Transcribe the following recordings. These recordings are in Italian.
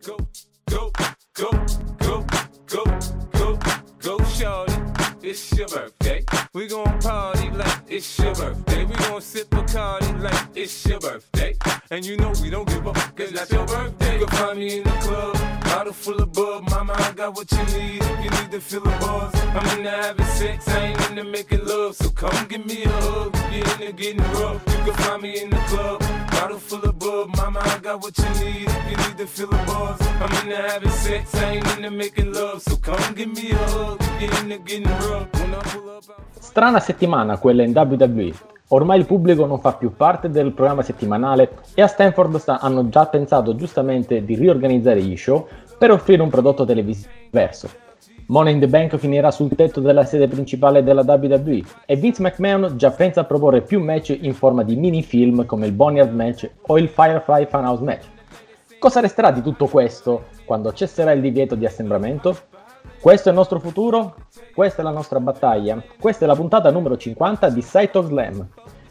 Go, go, go, go, go, go, go, shorty. It's your birthday. We gon' party like it's your birthday. We gon' sip Bacardi like it's your birthday. And you know we don't give a fuck, cause that's your birthday. You can find me in the club, bottle full of bub. Mama, I got what you need if you need to feel the buzz. I'm into having sex, I ain't into making love. So come give me a hug, if you're into getting rough. You can find me in the club, bottle full of bub. Mama, I got what you need if you need to feel the buzz. I'm into having sex, I ain't into making love. So come give me a hug, if you're into getting rough. When I pull up out... Strana settimana quella in WWE. Ormai il pubblico non fa più parte del programma settimanale e a Stanford hanno già pensato giustamente di riorganizzare gli show per offrire un prodotto televisivo diverso. Money in the Bank finirà sul tetto della sede principale della WWE e Vince McMahon già pensa a proporre più match in forma di mini-film come il Boneyard Match o il Firefly Funhouse Match. Cosa resterà di tutto questo quando cesserà il divieto di assembramento? Questo è il nostro futuro, questa è la nostra battaglia, questa è la puntata numero 50 di Side Talk Slam.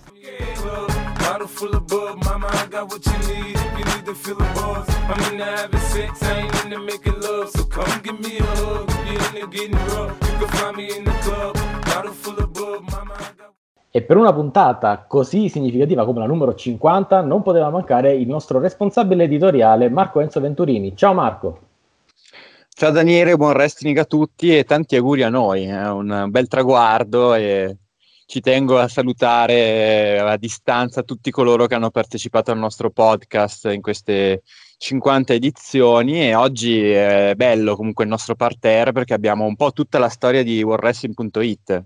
E per una puntata così significativa come la numero 50 non poteva mancare il nostro responsabile editoriale Marco Enzo Venturini. Ciao Marco! Ciao Daniele, buon wrestling a tutti e tanti auguri a noi, è un bel traguardo e ci tengo a salutare a distanza tutti coloro che hanno partecipato al nostro podcast in queste 50 edizioni e oggi è bello comunque il nostro parterre perché abbiamo un po' tutta la storia di WorldWrestling.it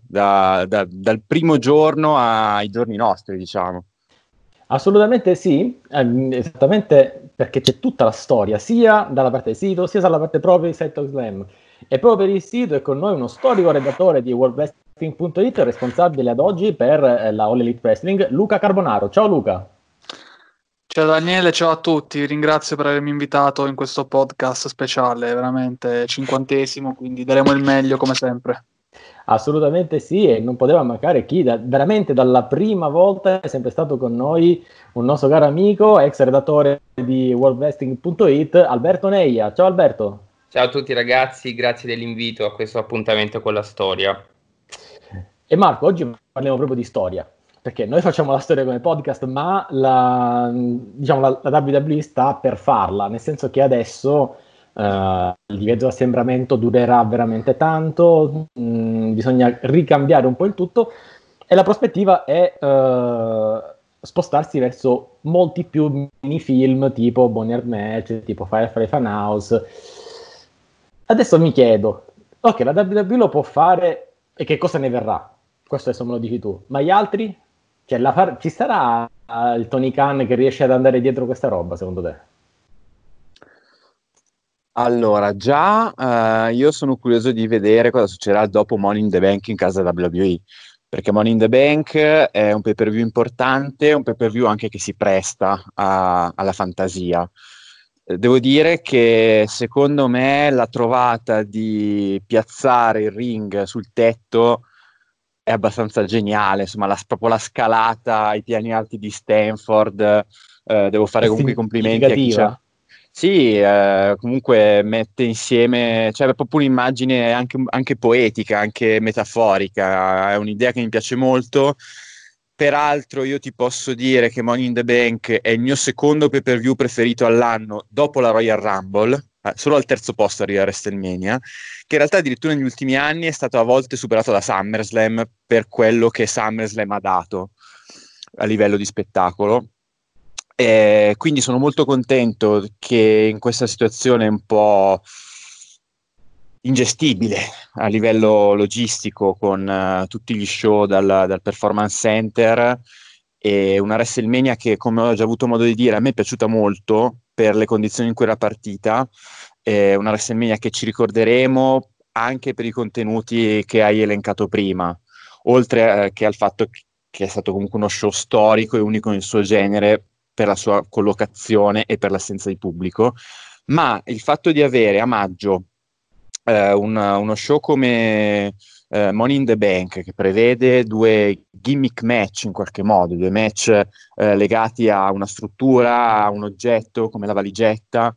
dal primo giorno ai giorni nostri, diciamo. Assolutamente sì, esattamente perché c'è tutta la storia, sia dalla parte del sito, sia dalla parte propria di Side Talk Slam. E proprio per il sito è con noi uno storico redattore di WorldWrestling.it, responsabile ad oggi per la All Elite Wrestling, Luca Carbonaro. Ciao Luca! Ciao Daniele, ciao a tutti, vi ringrazio per avermi invitato in questo podcast speciale, veramente 50esimo, quindi daremo il meglio come sempre. Assolutamente sì, e non poteva mancare chi veramente dalla prima volta è sempre stato con noi un nostro caro amico, ex redattore di WorldWrestling.it, Alberto Neia. Ciao Alberto. Ciao a tutti ragazzi, grazie dell'invito a questo appuntamento con la storia. E Marco, oggi parliamo proprio di storia, perché noi facciamo la storia come podcast, ma la WWE sta per farla, nel senso che adesso il divieto di assembramento durerà veramente tanto, bisogna ricambiare un po' il tutto e la prospettiva è spostarsi verso molti più minifilm tipo Boneyard Match, tipo Firefly Funhouse. Adesso mi chiedo, ok, la WWE lo può fare e che cosa ne verrà? Questo adesso me lo dici tu, ma gli altri? Cioè, ci sarà il Tony Khan che riesce ad andare dietro questa roba, secondo te? Allora, già io sono curioso di vedere cosa succederà dopo Money in the Bank in casa WWE, perché Money in the Bank è un pay-per-view importante, un pay-per-view anche che si presta alla fantasia. Devo dire che secondo me la trovata di piazzare il ring sul tetto è abbastanza geniale, insomma, proprio la scalata ai piani alti di Stanford, devo fare comunque i complimenti a chi c'ha. Sì, comunque mette insieme, cioè è proprio un'immagine anche poetica, anche metaforica, è un'idea che mi piace molto. Peraltro io ti posso dire che Money in the Bank è il mio secondo pay-per-view preferito all'anno dopo la Royal Rumble, solo al terzo posto arriva WrestleMania, che in realtà addirittura negli ultimi anni è stato a volte superato da SummerSlam per quello che SummerSlam ha dato a livello di spettacolo. Quindi sono molto contento che in questa situazione un po' ingestibile a livello logistico con tutti gli show dal Performance Center e una WrestleMania che, come ho già avuto modo di dire, a me è piaciuta molto per le condizioni in cui era partita, una WrestleMania che ci ricorderemo anche per i contenuti che hai elencato prima, oltre che al fatto che è stato comunque uno show storico e unico nel suo genere per la sua collocazione e per l'assenza di pubblico, ma il fatto di avere a maggio uno show come Money in the Bank, che prevede due gimmick match in qualche modo, due match legati a una struttura, a un oggetto come la valigetta,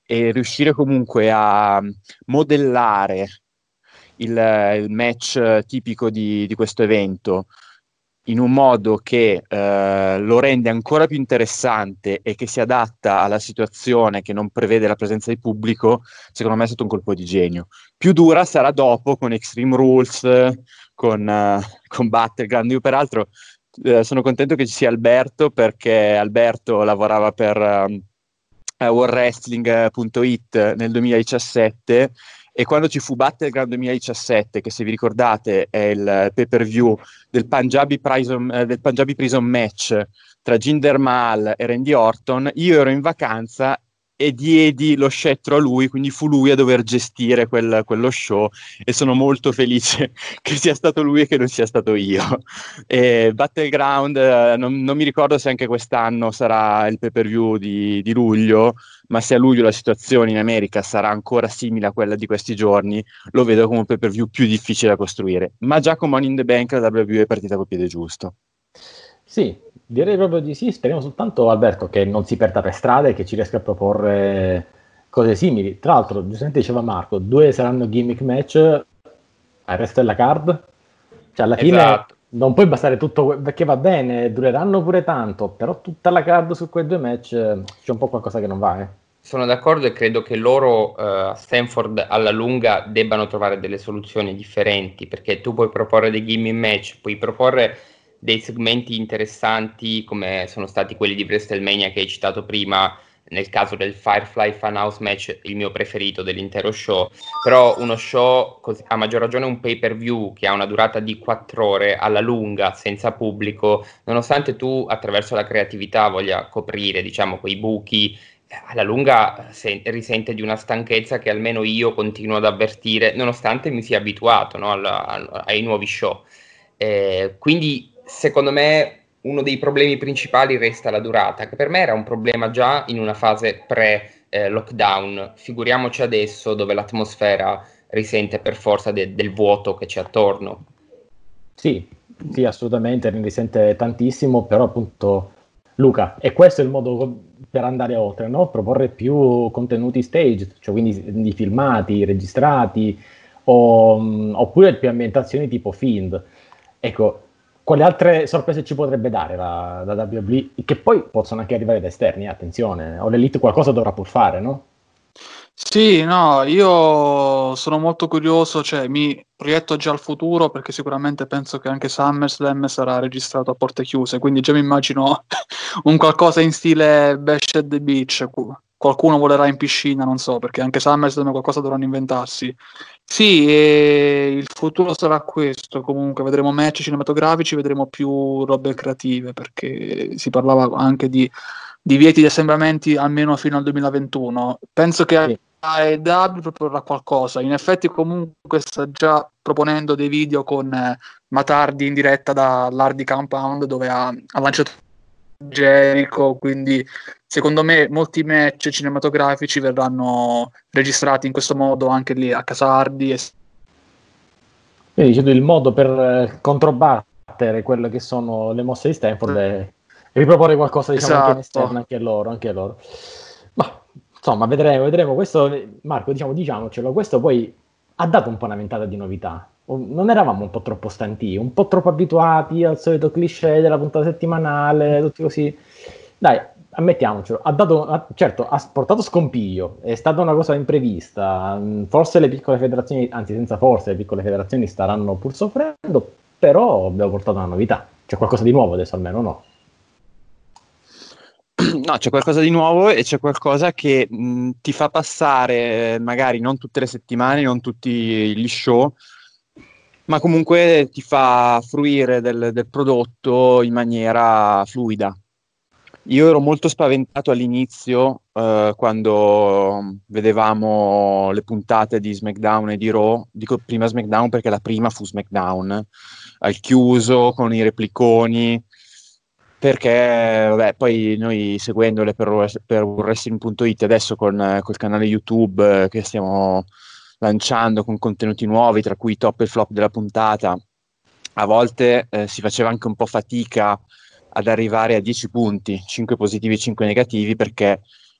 e riuscire comunque a modellare il match tipico di questo evento in un modo che lo rende ancora più interessante e che si adatta alla situazione che non prevede la presenza di pubblico, secondo me è stato un colpo di genio. Più dura sarà dopo con Extreme Rules, con Battleground. Io peraltro sono contento che ci sia Alberto, perché Alberto lavorava per WorldWrestling.it nel 2017, e quando ci fu Battleground 2017, che se vi ricordate è il pay-per-view del Punjabi Prison match tra Jinder Mahal e Randy Orton, io ero in vacanza e diedi lo scettro a lui, quindi fu lui a dover gestire quello show, e sono molto felice che sia stato lui e che non sia stato io. E Battleground, non mi ricordo se anche quest'anno sarà il pay-per-view di luglio, ma se a luglio la situazione in America sarà ancora simile a quella di questi giorni, lo vedo come un pay-per-view più difficile da costruire. Ma già con Money in the Bank la WWE è partita col piede giusto. Sì, direi proprio di sì. Speriamo soltanto, Alberto, che non si perda per strada e che ci riesca a proporre cose simili. Tra l'altro, giustamente diceva Marco, 2 saranno gimmick match al resto della card. Cioè, alla fine non puoi bastare tutto, perché va bene, dureranno pure tanto, però tutta la card su quei 2 match c'è un po' qualcosa che non va, Sono d'accordo e credo che loro a Stanford alla lunga debbano trovare delle soluzioni differenti, perché tu puoi proporre dei gimmick match, puoi proporre dei segmenti interessanti come sono stati quelli di WrestleMania che hai citato prima, nel caso del Firefly Funhouse match, il mio preferito dell'intero show, però uno show, a maggior ragione un pay-per-view che ha una durata di 4 ore alla lunga, senza pubblico, nonostante tu attraverso la creatività voglia coprire, diciamo, quei buchi, alla lunga risente di una stanchezza che almeno io continuo ad avvertire, nonostante mi sia abituato, no, ai nuovi show. Quindi secondo me uno dei problemi principali resta la durata, che per me era un problema già in una fase pre-lockdown, figuriamoci adesso dove l'atmosfera risente per forza del vuoto che c'è attorno. Sì, assolutamente, ne risente tantissimo, però appunto, Luca, e questo è il modo per andare oltre, no? Proporre più contenuti staged, cioè quindi di filmati, registrati, oppure più ambientazioni tipo Fiend. Ecco, quali altre sorprese ci potrebbe dare la WWE? Che poi possono anche arrivare da esterni, attenzione, o l'Elite qualcosa dovrà pur fare, no? Sì, no, io sono molto curioso, cioè mi proietto già al futuro perché sicuramente penso che anche SummerSlam sarà registrato a porte chiuse, quindi già mi immagino un qualcosa in stile Bash at the Beach, qualcuno volerà in piscina, non so, perché anche SummerSlam qualcosa dovranno inventarsi. Sì, e il futuro sarà questo, comunque vedremo match cinematografici, vedremo più robe creative, perché si parlava anche di divieti di assembramenti almeno fino al 2021. Penso che Sì. AEW proporrà qualcosa. In effetti comunque sta già proponendo dei video con Matardi in diretta dall'Hardy Compound dove ha lanciato Jericho, quindi secondo me molti match cinematografici verranno registrati in questo modo anche lì a casa Hardy. Quindi dicevo, il modo per controbattere quelle che sono le mosse di Stanford è riproporre qualcosa, diciamo, anche in esterno, anche loro. Ma insomma, vedremo. Questo, Marco, diciamocelo, questo poi ha dato un po' una ventata di novità. Non eravamo un po' troppo stanchi, un po' troppo abituati al solito cliché della puntata settimanale, tutti così. Dai, ammettiamocelo, certo, ha portato scompiglio, è stata una cosa imprevista, forse le piccole federazioni, anzi senza forse, le piccole federazioni staranno pur soffrendo, però abbiamo portato una novità, c'è qualcosa di nuovo adesso almeno, no? No, c'è qualcosa di nuovo e c'è qualcosa che ti fa passare magari non tutte le settimane, non tutti gli show, ma comunque ti fa fruire del prodotto in maniera fluida. Io ero molto spaventato all'inizio quando vedevamo le puntate di SmackDown e di Raw. Dico prima SmackDown perché la prima fu SmackDown, al chiuso, con i repliconi, perché vabbè, poi noi seguendole per Wrestling.it, adesso col canale YouTube che stiamo lanciando con contenuti nuovi, tra cui i top e il flop della puntata, a volte si faceva anche un po' fatica ad arrivare a 10 punti, 5 positivi e 5 negativi, perché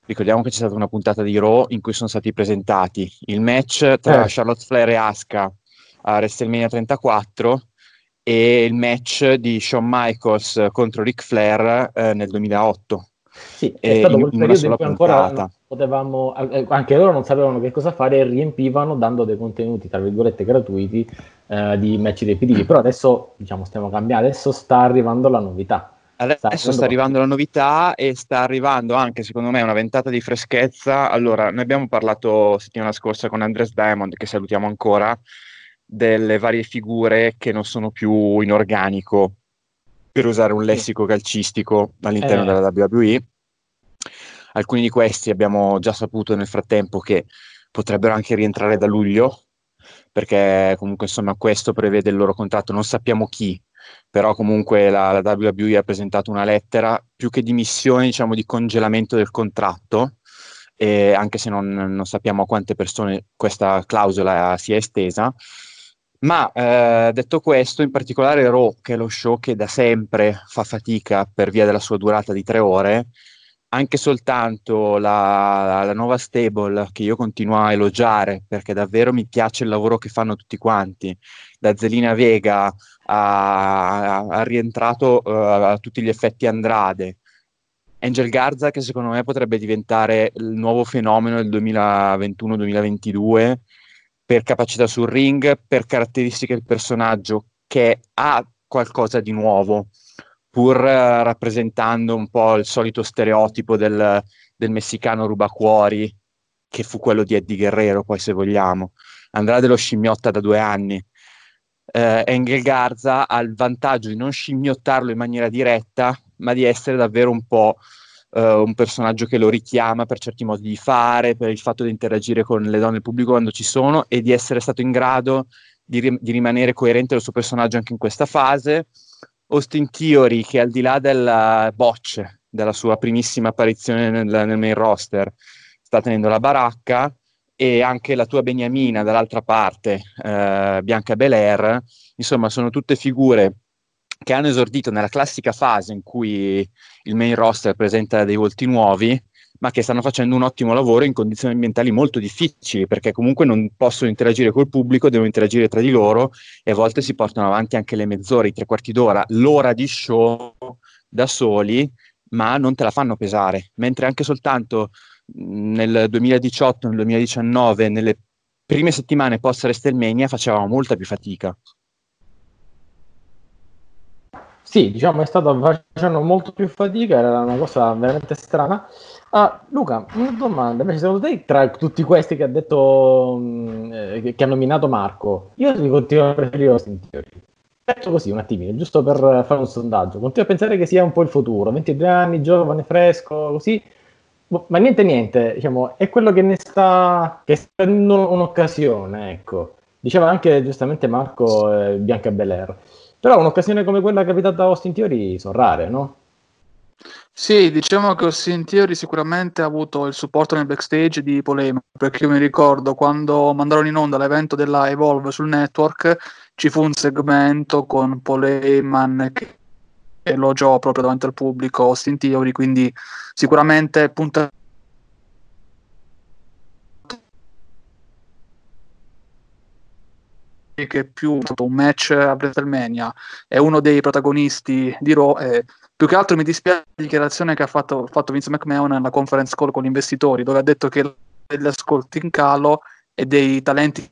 ricordiamo che c'è stata una puntata di Raw in cui sono stati presentati il match tra Charlotte Flair e Asuka a WrestleMania 34 e il match di Shawn Michaels contro Ric Flair nel 2008. Sì, è stato quel in una periodo in sola cui ancora puntata. non potevamo, anche loro non sapevano che cosa fare e riempivano dando dei contenuti, tra virgolette, gratuiti di match ripetitivi. Però adesso, diciamo, stiamo cambiando, adesso sta arrivando la novità. Adesso sta arrivando la novità e sta arrivando anche, secondo me, una ventata di freschezza. Allora, ne abbiamo parlato settimana scorsa con Andres Diamond, che salutiamo ancora, delle varie figure che non sono più in organico, per usare un lessico calcistico all'interno della WWE. Alcuni di questi abbiamo già saputo nel frattempo che potrebbero anche rientrare da luglio, perché comunque insomma questo prevede il loro contratto, non sappiamo chi, però comunque la WWE ha presentato una lettera più che di missione, diciamo di congelamento del contratto, anche se non sappiamo a quante persone questa clausola sia estesa. Ma detto questo, in particolare Raw, che è lo show che da sempre fa fatica per via della sua durata di 3 ore, anche soltanto la nuova stable, che io continuo a elogiare perché davvero mi piace il lavoro che fanno tutti quanti, da Zelina Vega a rientrato a tutti gli effetti Andrade, Angel Garza, che secondo me potrebbe diventare il nuovo fenomeno del 2021-2022 per capacità sul ring, per caratteristiche del personaggio che ha qualcosa di nuovo, pur rappresentando un po' il solito stereotipo del messicano rubacuori, che fu quello di Eddie Guerrero, poi se vogliamo. Andrade lo scimmiotta da 2 anni. Angel Garza ha il vantaggio di non scimmiottarlo in maniera diretta, ma di essere davvero un po' un personaggio che lo richiama per certi modi di fare, per il fatto di interagire con le donne del pubblico quando ci sono, e di essere stato in grado di rimanere coerente al suo personaggio anche in questa fase. Austin Theory, che al di là del botch della sua primissima apparizione nel main roster, sta tenendo la baracca, e anche la tua Beniamina dall'altra parte, Bianca Belair, insomma sono tutte figure che hanno esordito nella classica fase in cui il main roster presenta dei volti nuovi, ma che stanno facendo un ottimo lavoro in condizioni ambientali molto difficili, perché comunque non possono interagire col pubblico, devono interagire tra di loro, e a volte si portano avanti anche le mezz'ore, i 3/4 d'ora, l'ora di show da soli, ma non te la fanno pesare, mentre anche soltanto nel 2018, nel 2019, nelle prime settimane post WrestleMania facevamo molta più fatica. Sì, diciamo è stato facendo molto più fatica, era una cosa veramente strana. Luca, una domanda, invece secondo te tra tutti questi che ha detto, che ha nominato Marco, io continuo a preferire Austin Theory. Detto così un attimino, giusto per fare un sondaggio, continuo a pensare che sia un po' il futuro, 22 anni, giovane, fresco, così, ma niente, diciamo, è quello che che sta dando un'occasione, ecco. Diceva anche giustamente Marco Bianca Belair. Però un'occasione come quella capitata a Austin Theory sono rare, no? Sì, diciamo che Austin Theory sicuramente ha avuto il supporto nel backstage di Polema, perché io mi ricordo quando mandarono in onda l'evento della Evolve sul network, ci fu un segmento con Paul Heyman che elogiò proprio davanti al pubblico Austin Theory, quindi sicuramente punta che più un match a WrestleMania è uno dei protagonisti di Raw. Più che altro mi dispiace la dichiarazione che ha fatto Vince McMahon nella conference call con gli investitori, dove ha detto che degli ascolti in calo e dei talenti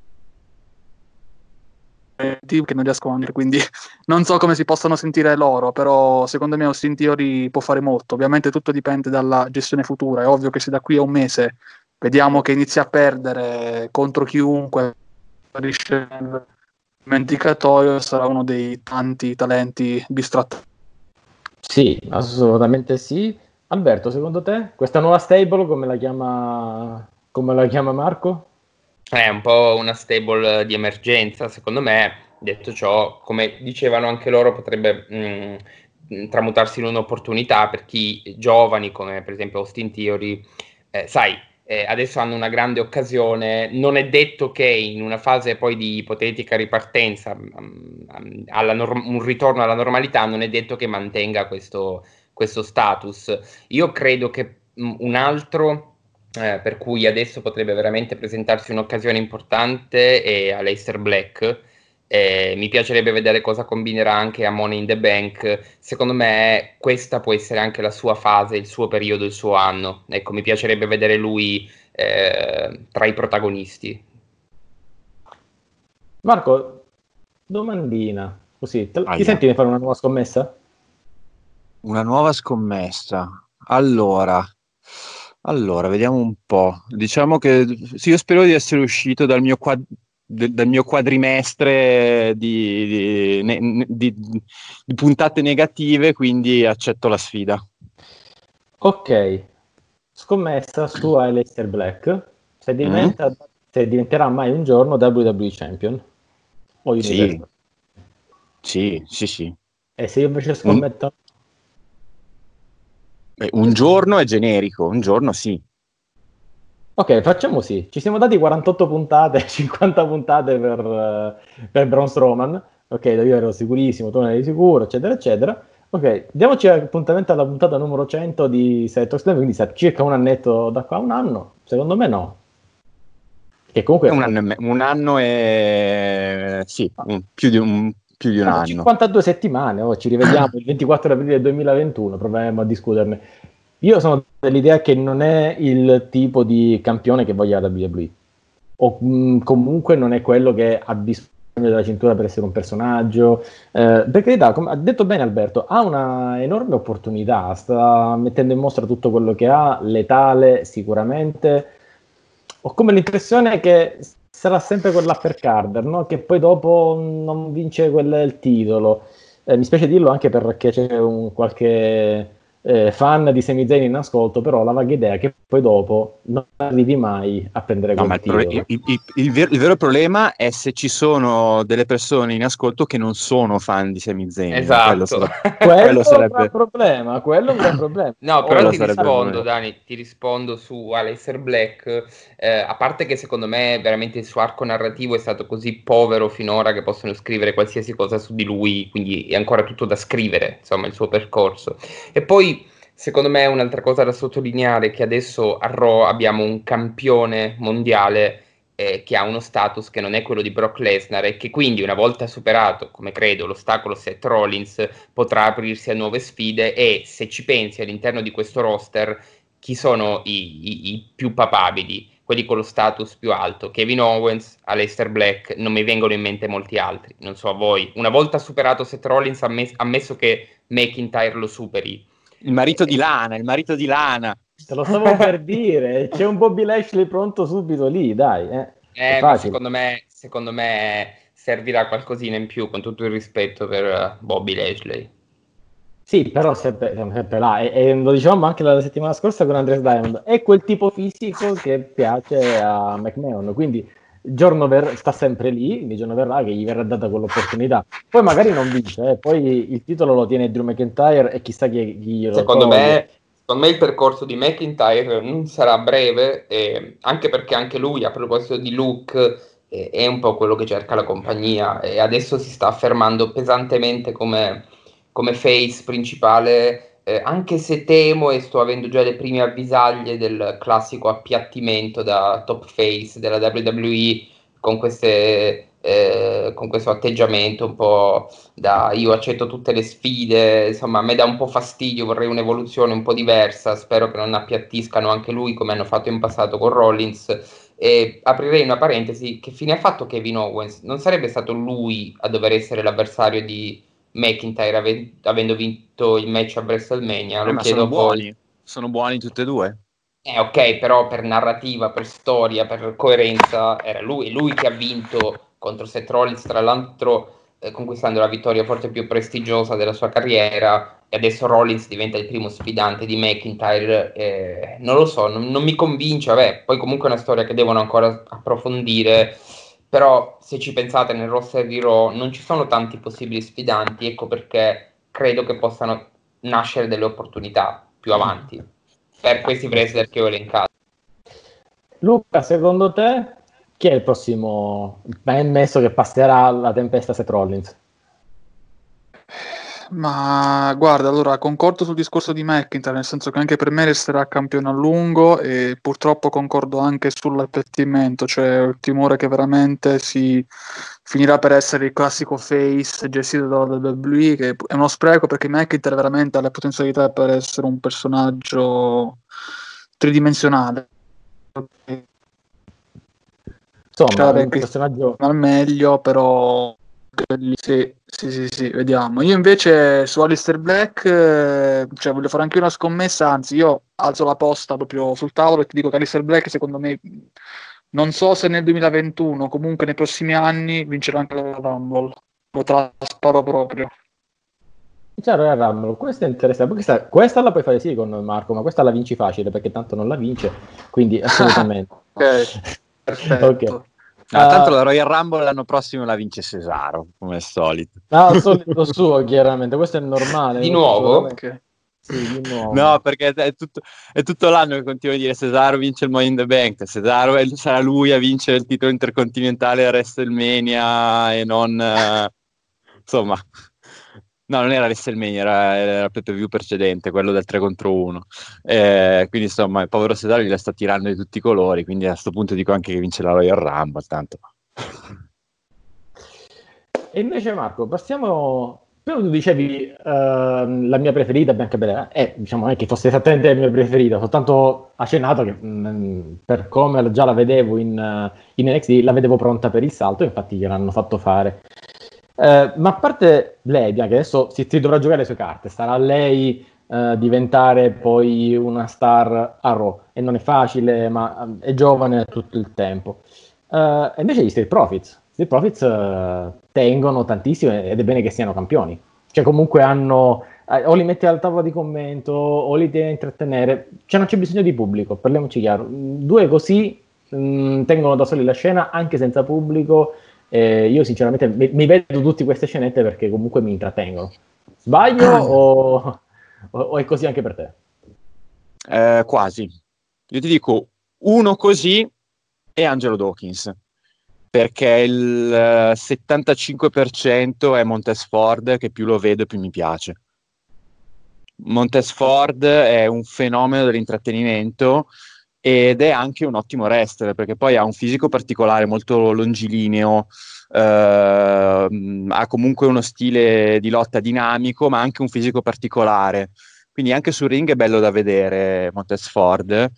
che non riescono a andare, quindi non so come si possono sentire loro, però secondo me Austin Theory può fare molto. Ovviamente tutto dipende dalla gestione futura, è ovvio che se da qui a un mese vediamo che inizia a perdere contro chiunque nel dimenticatoio, sarà uno dei tanti talenti bistratti. Sì, assolutamente sì. Alberto, secondo te questa nuova stable come la chiama Marco? È un po' una stable di emergenza, secondo me. Detto ciò, come dicevano anche loro, potrebbe tramutarsi in un'opportunità per chi giovani, come per esempio Austin Theory, adesso hanno una grande occasione. Non è detto che in una fase poi di ipotetica ripartenza, un ritorno alla normalità, non è detto che mantenga questo status. Io credo che un altro per cui adesso potrebbe veramente presentarsi un'occasione importante è Aleister Black. Mi piacerebbe vedere cosa combinerà anche a Money in the Bank. Secondo me questa può essere anche la sua fase, il suo periodo, il suo anno. Ecco, mi piacerebbe vedere lui tra i protagonisti. Marco, domandina, così, ti senti di fare una nuova scommessa? Una nuova scommessa. Allora, vediamo un po'. Diciamo che sì, io spero di essere uscito dal mio quadrimestre di puntate negative, quindi accetto la sfida. Ok, scommessa su Aleister Black, se diventerà mai un giorno WWE Champion o Universal. Sì. E se io invece scommetto? Un giorno è generico, un giorno sì. Ok, facciamo sì. Ci siamo dati 48 puntate, 50 puntate per Braun Strowman. Ok, io ero sicurissimo, tu non eri sicuro, eccetera, eccetera. Ok, diamoci appuntamento alla puntata numero 100 di Select Talk Slam, quindi circa un annetto da qua, un anno? Secondo me no. Che comunque... Un anno e... sì, più di un anno. 52 settimane, ci rivediamo il 24 aprile 2021, proveremo a discuterne. Io sono dell'idea che non è il tipo di campione che voglia la WWE, o comunque non è quello che ha bisogno della cintura per essere un personaggio. Per carità, come ha detto bene Alberto, ha una enorme opportunità, sta mettendo in mostra tutto quello che ha, letale sicuramente. Ho come l'impressione che sarà sempre quell'upper carder, no? Che poi dopo non vince il titolo. Mi spiace dirlo anche perché c'è un qualche fan di Sami Zayn in ascolto, però la vaga idea è che poi dopo non arrivi mai a prendere quel titolo. Il vero problema è se ci sono delle persone in ascolto che non sono fan di Sami Zayn. Esatto. Quello sarebbe un problema, quello è un problema. No, però ti rispondo, Dani, ti rispondo su Aleister Black, a parte che secondo me veramente il suo arco narrativo è stato così povero finora che possono scrivere qualsiasi cosa su di lui, quindi è ancora tutto da scrivere, insomma, il suo percorso. E poi, secondo me, un'altra cosa da sottolineare è che adesso a Raw abbiamo un campione mondiale che ha uno status che non è quello di Brock Lesnar e che quindi una volta superato, come credo, l'ostacolo Seth Rollins potrà aprirsi a nuove sfide e se ci pensi all'interno di questo roster chi sono i più papabili, quelli con lo status più alto? Kevin Owens, Aleister Black, non mi vengono in mente molti altri, non so a voi. Una volta superato Seth Rollins, ammesso che McIntyre lo superi. Il marito di Lana. Te lo stavo per dire, c'è un Bobby Lashley pronto subito lì, dai. Ma secondo me servirà qualcosina in più, con tutto il rispetto per Bobby Lashley. Sì, però sempre là, e lo dicevamo anche la settimana scorsa con Andres Diamond, è quel tipo fisico che piace a McMahon, quindi il giorno sta sempre lì, il giorno verrà che gli verrà data quell'opportunità. Poi magari non vince, poi il titolo lo tiene Drew McIntyre e chissà chi glielo Secondo me il percorso di McIntyre non sarà breve, anche perché anche lui, a proposito di look, è un po' quello che cerca la compagnia e adesso si sta affermando pesantemente come face principale, anche se temo e sto avendo già le prime avvisaglie del classico appiattimento da top face della WWE con questo atteggiamento un po' da io accetto tutte le sfide, insomma a me dà un po' fastidio, vorrei un'evoluzione un po' diversa, spero che non appiattiscano anche lui come hanno fatto in passato con Rollins. E aprirei una parentesi, che fine ha fatto Kevin Owens? Non sarebbe stato lui a dover essere l'avversario di McIntyre avendo vinto il match a WrestleMania? Lo chiedo poi. Sono buoni tutti e due. Ok, però per narrativa, per storia, per coerenza era lui che ha vinto contro Seth Rollins, tra l'altro conquistando la vittoria forse più prestigiosa della sua carriera, e adesso Rollins diventa il primo sfidante di McIntyre. Non lo so, non mi convince. Vabbè, poi comunque è una storia che devono ancora approfondire, però se ci pensate nel roster di Raw non ci sono tanti possibili sfidanti, ecco perché credo che possano nascere delle opportunità più avanti per questi wrestler che ho elencato. Luca, secondo te chi è il prossimo ben messo che passerà la tempesta Seth Rollins? Ma guarda, allora concordo sul discorso di McIntyre, nel senso che anche per me resterà campione a lungo e purtroppo concordo anche sull'appiattimento, cioè ho il timore che veramente si finirà per essere il classico face gestito dalla WWE, che è uno spreco perché McIntyre veramente ha le potenzialità per essere un personaggio tridimensionale. Insomma, Cioè, un personaggio... al meglio, però sì, vediamo. Io invece su Aleister Black, cioè voglio fare anche una scommessa, anzi io alzo la posta proprio sul tavolo e ti dico che Aleister Black secondo me, non so se nel 2021, comunque nei prossimi anni vincerà anche la Rumble, lo trasparo proprio. Chiaro, è Rumble. Questa è interessante. Questa la puoi fare sì con Marco, ma questa la vinci facile perché tanto non la vince, quindi assolutamente. Ok, perfetto. Ok. No, tanto la Royal Rumble l'anno prossimo la vince Cesaro, come al solito. No, al solito suo, chiaramente, questo è normale. Di questo nuovo? assolutamente. Ok. Sì, di nuovo. No, perché è tutto l'anno che continuo a dire Cesaro vince il Money in the Bank, Cesaro sarà lui a vincere il titolo intercontinentale a WrestleMania e non... insomma... No, non era WrestleMania, era il pay-per-view precedente, quello del 3 contro 1. Quindi insomma, il povero Cesaro gliela sta tirando di tutti i colori, quindi a questo punto dico anche che vince la Royal Rumble, tanto. E invece Marco, passiamo... Però tu dicevi la mia preferita, Bianca Belair, diciamo non è che fosse esattamente la mia preferita, soltanto accennato che per come già la vedevo in NXT, la vedevo pronta per il salto, infatti gliel'hanno fatto fare. Ma a parte lei, Bianca, adesso si dovrà giocare le sue carte, sarà a lei diventare poi una star a Raw, e non è facile, ma è giovane tutto il tempo. E invece gli Street Profits. Street Profits tengono tantissimo ed è bene che siano campioni. Cioè comunque hanno... o li metti al tavolo di commento o li devi intrattenere. Cioè non c'è bisogno di pubblico, parliamoci chiaro. Due così tengono da soli la scena anche senza pubblico. Io sinceramente mi vedo tutte queste scenette perché comunque mi intrattengono. Sbaglio o è così anche per te? Quasi. Io ti dico, uno così è Angelo Dawkins, perché il 75% è Montez Ford, che più lo vedo più mi piace. Montez Ford è un fenomeno dell'intrattenimento ed è anche un ottimo wrestler, perché poi ha un fisico particolare, molto longilineo, ha comunque uno stile di lotta dinamico, ma anche un fisico particolare. Quindi anche sul ring è bello da vedere Montez Ford.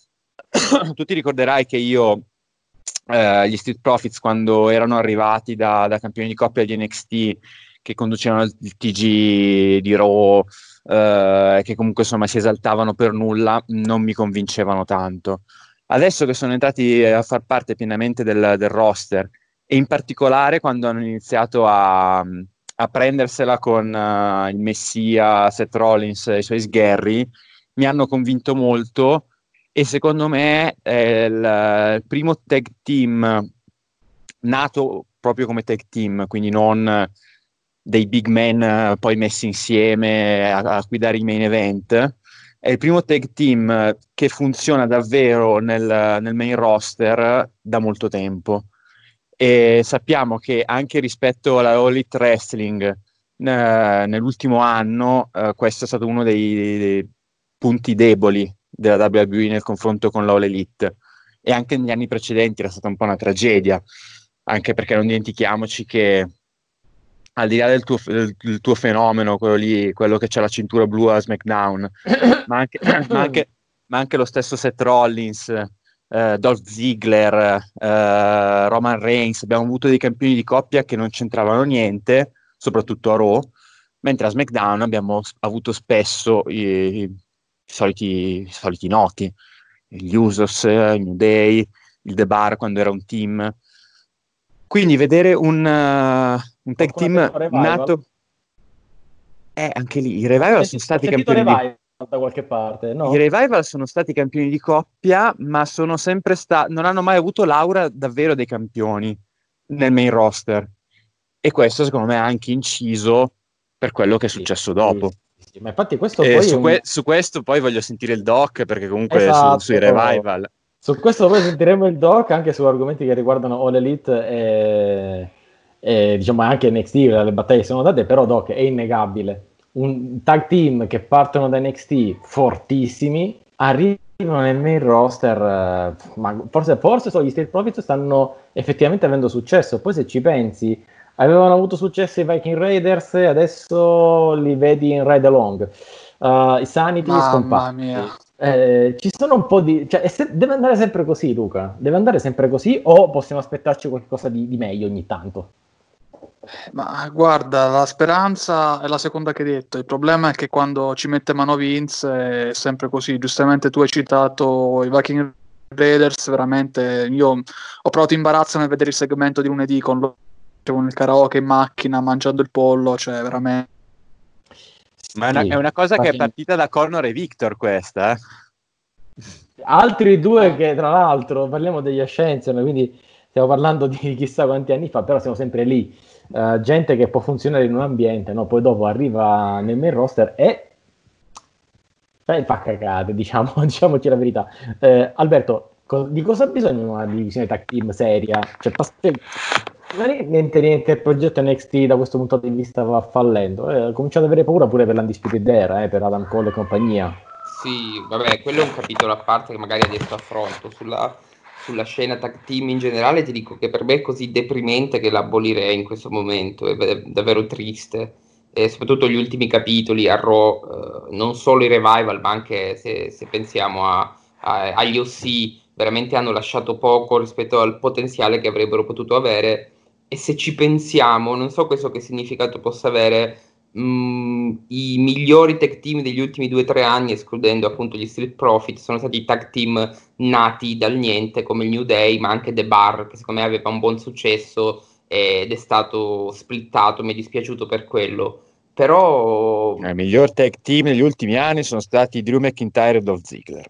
Tu ti ricorderai che io gli Street Profits, quando erano arrivati da campioni di coppia di NXT, che conducevano il TG di Raw, che comunque insomma si esaltavano per nulla, non mi convincevano tanto. Adesso che sono entrati a far parte pienamente del roster, e in particolare quando hanno iniziato a prendersela con il Messia, Seth Rollins e i suoi sgherri, mi hanno convinto molto. E secondo me è il primo tag team nato proprio come tag team, quindi non dei big men poi messi insieme a guidare i main event. È il primo tag team che funziona davvero nel main roster da molto tempo. E sappiamo che anche rispetto alla All Elite Wrestling nell'ultimo anno questo è stato uno dei punti deboli della WWE nel confronto con l'All Elite, e anche negli anni precedenti era stata un po' una tragedia, anche perché non dimentichiamoci che al di là del tuo fenomeno, quello che c'ha la cintura blu a SmackDown, ma anche lo stesso Seth Rollins, Dolph Ziggler, Roman Reigns, abbiamo avuto dei campioni di coppia che non c'entravano niente, soprattutto a Raw, mentre a SmackDown abbiamo avuto spesso i soliti noti, gli Usos, il New Day, il The Bar quando era un team. Quindi vedere un tag team nato... anche lì, i Revival sono stati campioni da qualche parte, no? I Revival sono stati campioni di coppia, ma sono sempre non hanno mai avuto l'aura davvero dei campioni nel main roster. E questo secondo me ha anche inciso per quello che è successo dopo. Sì, ma infatti questo poi su questo poi voglio sentire il doc, perché comunque esatto, sui Revival su questo poi sentiremo il doc anche su argomenti che riguardano All Elite diciamo anche NXT, le battaglie sono date, però Doc è innegabile. Un tag team che partono da NXT fortissimi, arrivano nel main roster, ma forse solo gli Street Profits stanno effettivamente avendo successo. Poi se ci pensi, avevano avuto successo i Viking Raiders, adesso li vedi in ride along. I Sanity Mamma mia. ci sono un po' di... Cioè, deve andare sempre così, Luca? Deve andare sempre così o possiamo aspettarci qualcosa di meglio ogni tanto? Ma guarda, la speranza è la seconda che hai detto. Il problema è che quando ci mette mano Vince è sempre così. Giustamente tu hai citato i Viking Raiders, veramente io ho provato imbarazzo nel vedere il segmento di lunedì con il karaoke in macchina mangiando il pollo, cioè veramente. Ma è una cosa che è partita da Connor e Victor questa. Altri due che tra l'altro parliamo degli Ascension, quindi stiamo parlando di chissà quanti anni fa, però siamo sempre lì. Gente che può funzionare in un ambiente, no? Poi dopo arriva nel main roster e fa cagate, diciamoci la verità. Alberto, di cosa ha bisogno una divisione tag team seria? Cioè, niente, il progetto NXT da questo punto di vista va fallendo. Cominciate ad avere paura pure per l'Undisputed Era, per Adam Cole e compagnia. Sì, vabbè, quello è un capitolo a parte che magari adesso affronto. Sulla scena tag team in generale ti dico che per me è così deprimente che l'abolirei in questo momento, è davvero triste. E soprattutto gli ultimi capitoli a Raw, non solo i revival, ma anche se pensiamo agli OC, veramente hanno lasciato poco rispetto al potenziale che avrebbero potuto avere. E se ci pensiamo, non so questo che significato possa avere, i migliori tag team degli ultimi 2 o 3 anni, escludendo appunto gli Street Profits, sono stati tag team nati dal niente come il New Day, ma anche The Bar, che secondo me aveva un buon successo ed è stato splittato, mi è dispiaciuto per quello. Però I miglior tag team negli ultimi anni sono stati Drew McIntyre e Dolph Ziggler.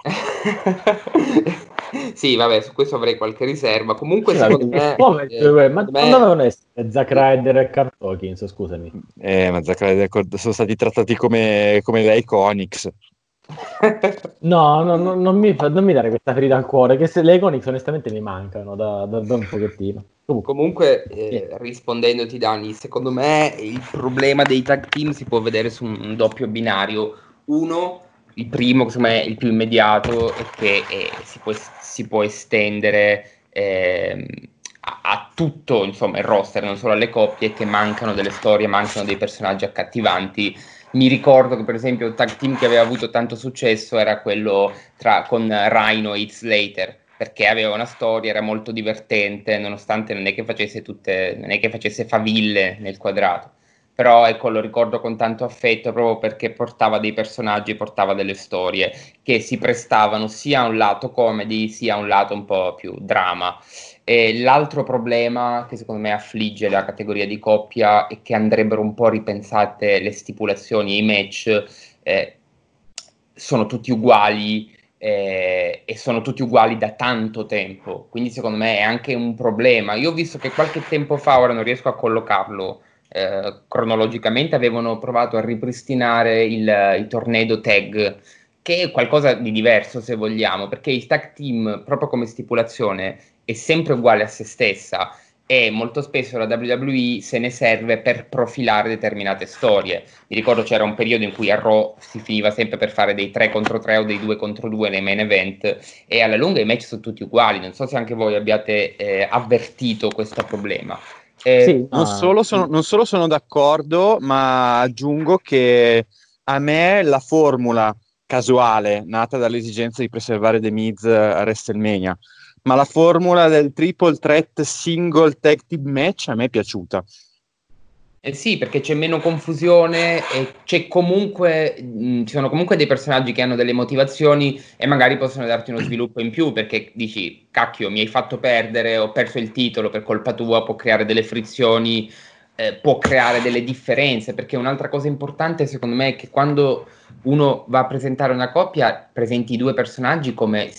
sì, vabbè, su questo avrei qualche riserva. Comunque, secondo me, ma non dovevano essere Zack Ryder e Kurt Hawkins, scusami. Ma Zack Ryder sono stati trattati come le Iconics. No, non mi dare questa ferita al cuore, che se le Iconics onestamente mi mancano da un pochettino. Comunque, rispondendoti Dani, secondo me il problema dei tag team si può vedere su un doppio binario. Uno, il primo, che secondo me è il più immediato, è che si può estendere a tutto, insomma, il roster, non solo alle coppie, che mancano delle storie, mancano dei personaggi accattivanti. Mi ricordo che per esempio il tag team che aveva avuto tanto successo era quello con Rhino e Heath Slater, perché aveva una storia, era molto divertente, nonostante non è che facesse faville nel quadrato. Però ecco, lo ricordo con tanto affetto proprio perché portava dei personaggi, portava delle storie che si prestavano sia a un lato comedy sia a un lato un po' più drama. E l'altro problema che secondo me affligge la categoria di coppia è che andrebbero un po' ripensate le stipulazioni e i match, sono tutti uguali e sono tutti uguali da tanto tempo, quindi secondo me è anche un problema. Io ho visto che qualche tempo fa, ora non riesco a collocarlo cronologicamente, avevano provato a ripristinare il tornado tag, che è qualcosa di diverso se vogliamo, perché il tag team proprio come stipulazione è sempre uguale a se stessa e molto spesso la WWE se ne serve per profilare determinate storie. Mi ricordo c'era un periodo in cui a Raw si finiva sempre per fare dei 3 contro 3 o dei 2 contro 2 nei main event e alla lunga i match sono tutti uguali. Non so se anche voi abbiate avvertito questo problema. Sì, non solo sono d'accordo, ma aggiungo che a me la formula casuale nata dall'esigenza di preservare The Miz a WrestleMania, ma la formula del triple threat single tag team match a me è piaciuta. Sì, perché c'è meno confusione e ci sono comunque dei personaggi che hanno delle motivazioni e magari possono darti uno sviluppo in più, perché dici, cacchio, mi hai fatto perdere, ho perso il titolo per colpa tua, può creare delle frizioni, può creare delle differenze, perché un'altra cosa importante secondo me è che quando uno va a presentare una coppia, presenti i due personaggi come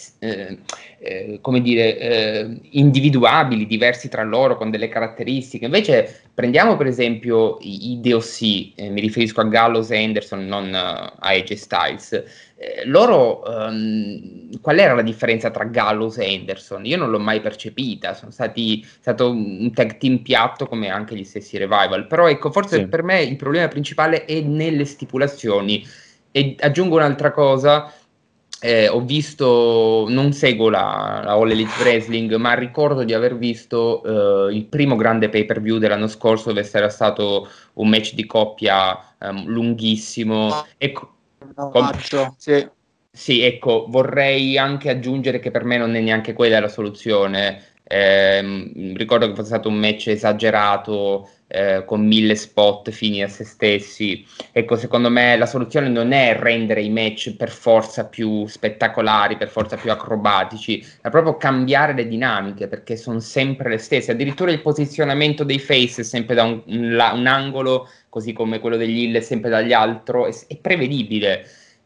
dire, individuabili, diversi tra loro, con delle caratteristiche. Invece prendiamo per esempio i DOC, mi riferisco a Gallows e Anderson, non a AJ Styles. Loro, qual era la differenza tra Gallows e Anderson? Io non l'ho mai percepita, stato un tag team piatto come anche gli stessi Revival, però ecco, forse per me il problema principale è nelle stipulazioni. E aggiungo un'altra cosa, ho visto, non seguo la All Elite Wrestling, ma ricordo di aver visto il primo grande pay-per-view dell'anno scorso, dove c'era stato un match di coppia lunghissimo. Ecco, sì. sì, ecco, vorrei anche aggiungere che per me non è neanche quella la soluzione. Ricordo che fosse stato un match esagerato, con 1000 spot fini a se stessi. Ecco, secondo me la soluzione non è rendere i match per forza più spettacolari, per forza più acrobatici, è proprio cambiare le dinamiche, perché sono sempre le stesse. Addirittura il posizionamento dei face è sempre da un angolo, così come quello degli heel è sempre dall'altro, è prevedibile.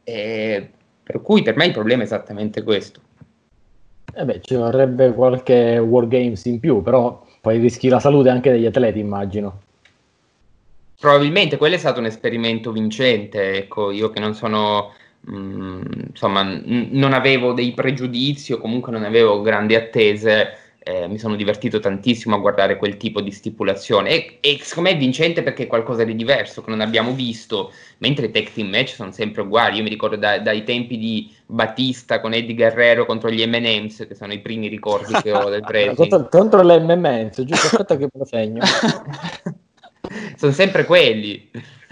Per cui per me il problema è esattamente questo. Ci vorrebbe qualche Wargames in più, però poi rischi la salute anche degli atleti, immagino. Probabilmente quello è stato un esperimento vincente, ecco, io che non sono, insomma, non avevo dei pregiudizi o comunque non avevo grandi attese, mi sono divertito tantissimo a guardare quel tipo di stipulazione e secondo me è vincente perché è qualcosa di diverso che non abbiamo visto, mentre i tag team match sono sempre uguali. Io mi ricordo dai tempi di Batista con Eddie Guerrero contro gli M&M's, che sono i primi ricordi che ho del wrestling. Contro le M&M's, giusto, aspetta che me lo segno. Sono sempre quelli.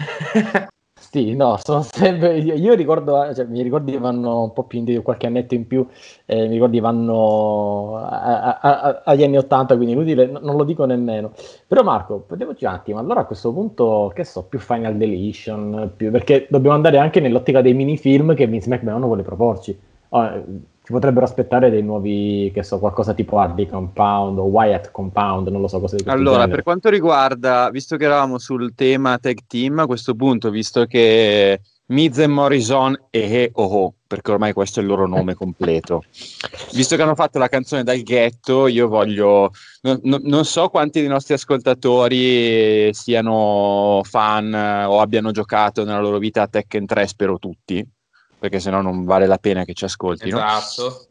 Sì, no, sono sempre. Io ricordo, cioè, mi ricordi che vanno un po' più indietro, qualche annetto in più, mi ricordi vanno agli anni 80, quindi inutile, non lo dico nemmeno. Però Marco, prendiamoci un attimo, allora a questo punto, che so, più Final Deletion, perché dobbiamo andare anche nell'ottica dei minifilm che Vince McMahon vuole proporci. Ci potrebbero aspettare dei nuovi, che so, qualcosa tipo Hardy Compound o Wyatt Compound, non lo so cosa di questo Allora, genere. per quanto riguarda, visto che eravamo sul tema tag team, a questo punto, visto che Miz e Morrison perché ormai questo è il loro nome completo, visto che hanno fatto la canzone dal ghetto, io voglio, non so quanti dei nostri ascoltatori siano fan o abbiano giocato nella loro vita a Tekken 3, spero tutti, perché sennò non vale la pena che ci ascoltino. Esatto.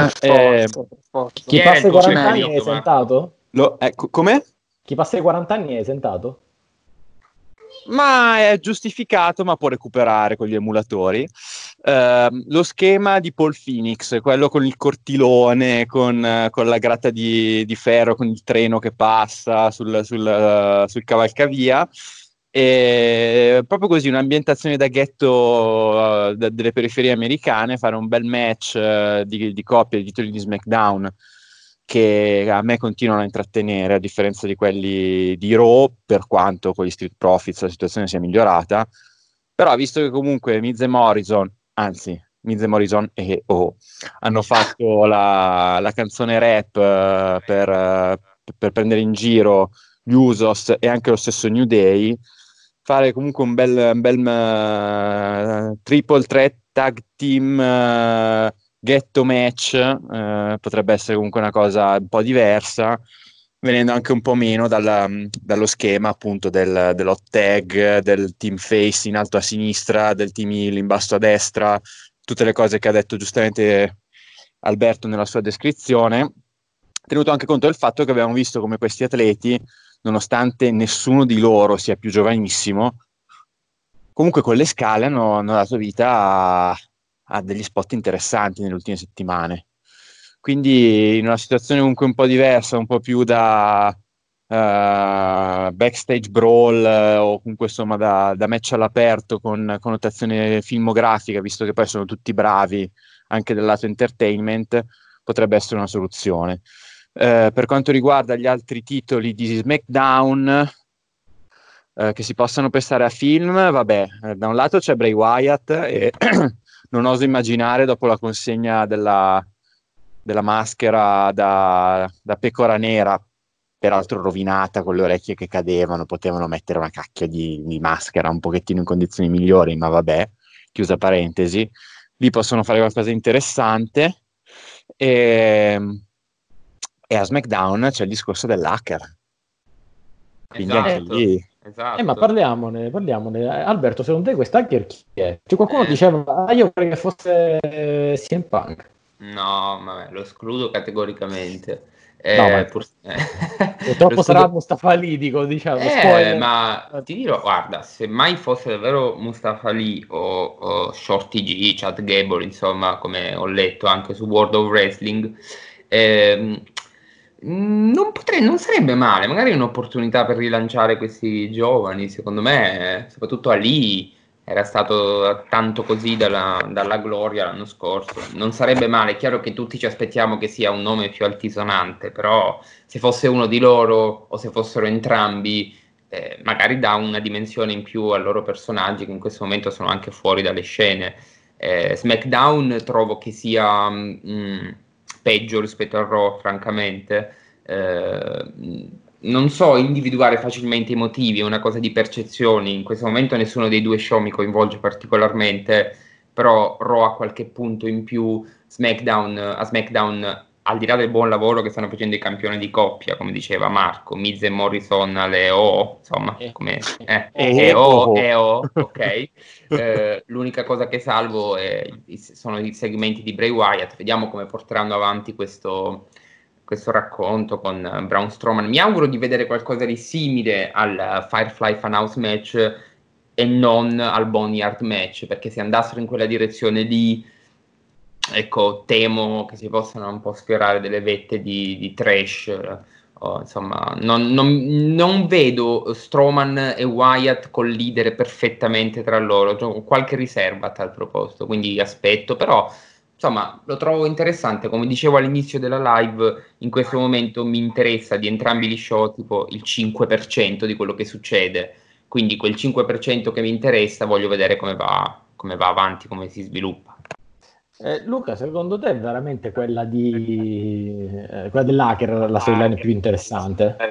Chi passa i 40 anni è esentato? Come? Chi passa i 40 anni è esentato? Ma è giustificato, ma può recuperare con gli emulatori. Lo schema di Paul Phoenix, quello con il cortilone, con la gratta di ferro, con il treno che passa sul cavalcavia. E proprio così, un'ambientazione da ghetto delle periferie americane, fare un bel match di coppia di titoli di SmackDown che a me continuano a intrattenere, a differenza di quelli di Raw, per quanto con gli Street Profits la situazione sia migliorata. Però visto che comunque Miz e Morrison hanno fatto la canzone rap per prendere in giro gli Usos e anche lo stesso New Day, fare comunque un bel triple threat tag team ghetto match potrebbe essere comunque una cosa un po' diversa, venendo anche un po' meno dallo schema appunto dello hot tag, del team face in alto a sinistra, del team heel in basso a destra, tutte le cose che ha detto giustamente Alberto nella sua descrizione, tenuto anche conto del fatto che abbiamo visto come questi atleti, nonostante nessuno di loro sia più giovanissimo, comunque con le scale hanno dato vita a degli spot interessanti nelle ultime settimane. Quindi in una situazione comunque un po' diversa, un po' più da backstage brawl o comunque insomma da match all'aperto con connotazione filmografica, visto che poi sono tutti bravi anche del lato entertainment, potrebbe essere una soluzione. Per quanto riguarda gli altri titoli di SmackDown che si possano prestare a film, vabbè, da un lato c'è Bray Wyatt e non oso immaginare dopo la consegna della maschera da pecora nera, peraltro rovinata con le orecchie che cadevano, potevano mettere una cacchia di maschera un pochettino in condizioni migliori, ma vabbè, chiusa parentesi, lì possono fare qualcosa di interessante. E a SmackDown c'è il discorso dell'hacker. Quindi anche lì... Ma parliamone. Alberto, secondo te quest'hacker chi è? Cioè, qualcuno diceva, io credo che fosse CM Punk. No, vabbè, lo escludo categoricamente. Purtroppo sarà Mustafa Ali, dico, diciamo, spoiler. Ma ti dirò, guarda, se mai fosse davvero Mustafa Ali o Shorty G, Chad Gable, insomma, come ho letto anche su World of Wrestling, non sarebbe male, magari un'opportunità per rilanciare questi giovani. Secondo me, soprattutto Ali era stato tanto così dalla gloria l'anno scorso, non sarebbe male. È chiaro che tutti ci aspettiamo che sia un nome più altisonante, però se fosse uno di loro o se fossero entrambi, magari dà una dimensione in più ai loro personaggi che in questo momento sono anche fuori dalle scene. SmackDown trovo che sia peggio rispetto al Raw, francamente. Non so individuare facilmente i motivi, è una cosa di percezioni. In questo momento nessuno dei due show mi coinvolge particolarmente, però Raw ha qualche punto in più. A SmackDown, al di là del buon lavoro che stanno facendo i campioni di coppia, come diceva Marco, Miz e Morrison alle O, insomma, come ok. L'unica cosa che salvo sono i segmenti di Bray Wyatt. Vediamo come porteranno avanti questo racconto con Braun Strowman. Mi auguro di vedere qualcosa di simile al Firefly Funhouse match e non al Boneyard match, perché se andassero in quella direzione lì, ecco, temo che si possano un po' sfiorare delle vette di trash. Insomma, non vedo Strowman e Wyatt collidere perfettamente tra loro. Ho qualche riserva a tal proposito, quindi aspetto, però insomma, lo trovo interessante. Come dicevo all'inizio della live, in questo momento mi interessa di entrambi gli show tipo il 5% di quello che succede. Quindi quel 5% che mi interessa voglio vedere come va avanti, come si sviluppa. Luca, secondo te è veramente quella dell'hacker la storyline più interessante?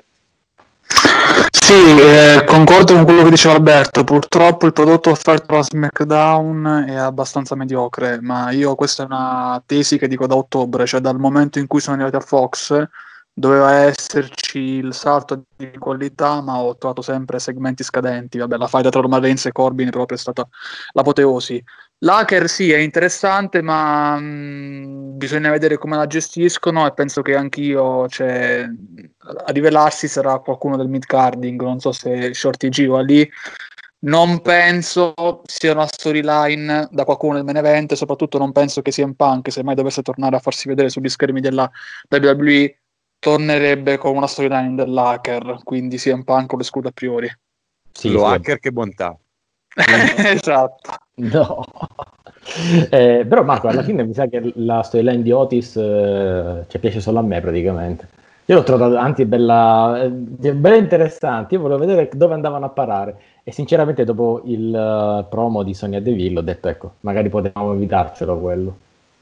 Sì, concordo con quello che diceva Alberto. Purtroppo il prodotto offerto da SmackDown è abbastanza mediocre, ma questa è una tesi che dico da ottobre, cioè dal momento in cui sono arrivati a Fox doveva esserci il salto di qualità, ma ho trovato sempre segmenti scadenti. Vabbè, la faida tra Roman Reigns e Corbin proprio è stata l'apoteosi. L'hacker sì, è interessante, ma bisogna vedere come la gestiscono, e penso che anch'io, cioè, a rivelarsi sarà qualcuno del mid-carding, non so se Shorty G o lì. Non penso sia una storyline da qualcuno del main event, soprattutto non penso che CM Punk, se mai dovesse tornare a farsi vedere sugli schermi della WWE, tornerebbe con una storyline dell'hacker, quindi CM Punk lo escludo a priori. Sì, lo hacker, che bontà. Esatto. No. Però Marco, alla fine mi sa che la storyline di Otis ci piace solo a me praticamente. Io l'ho trovata anzi bella interessante. Io volevo vedere dove andavano a parare, e sinceramente dopo il promo di Sonya Deville ho detto, ecco, magari potevamo evitarcelo quello.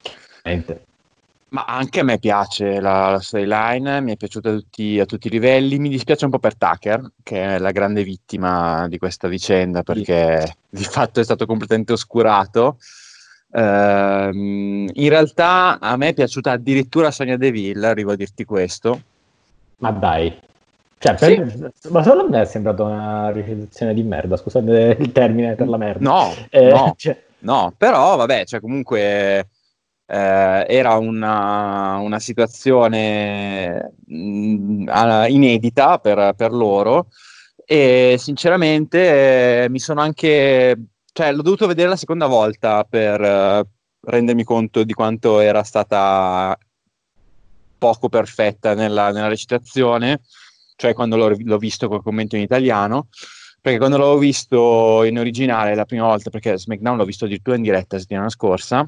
Ma anche a me piace la storyline, mi è piaciuta a tutti i livelli. Mi dispiace un po' per Tucker, che è la grande vittima di questa vicenda, perché di fatto è stato completamente oscurato. In realtà a me è piaciuta addirittura Sonya Deville, arrivo a dirti questo. Ma dai, cioè, ma solo a me è sembrata una ricezione di merda, scusate il termine per la merda. No, però vabbè, cioè comunque era una situazione inedita per loro, e sinceramente mi sono anche, cioè l'ho dovuto vedere la seconda volta per rendermi conto di quanto era stata poco perfetta nella recitazione, cioè quando l'ho visto col commento in italiano, perché quando l'avevo visto in originale la prima volta, perché SmackDown l'ho visto addirittura in diretta la settimana scorsa,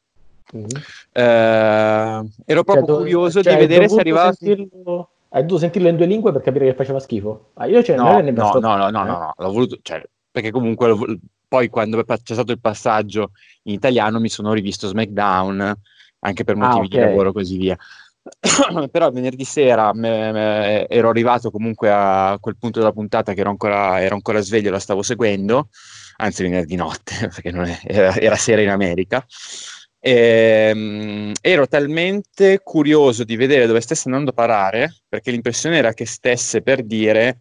ero proprio curioso di vedere se arrivava. Hai dovuto sentirlo in due lingue per capire che faceva schifo? No, l'ho voluto, cioè, perché comunque poi quando c'è stato il passaggio in italiano mi sono rivisto SmackDown anche per motivi di lavoro e così via. Però venerdì sera ero arrivato comunque a quel punto della puntata che ero ancora sveglio, la stavo seguendo, anzi venerdì notte, perché era sera in America. Ero talmente curioso di vedere dove stesse andando a parare, perché l'impressione era che stesse per dire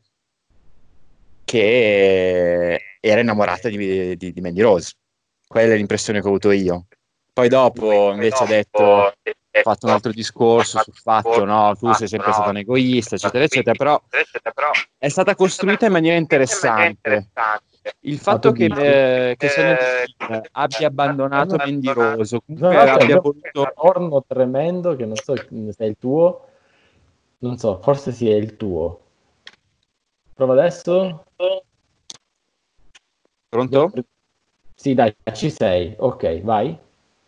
che era innamorata di Mandy Rose. Quella è l'impressione che ho avuto io. Poi dopo invece ha fatto un altro discorso sul fatto, no, tu sei sempre stato un egoista, eccetera, eccetera, però è stata costruita in maniera interessante. Il fatto che Sonia Deville abbia abbandonato Mandy Rose, comunque abbia voluto... un orno tremendo che non so se è il tuo, non so, forse sì è il tuo. Prova adesso. Pronto? Sì, dai, ci sei. Ok, vai.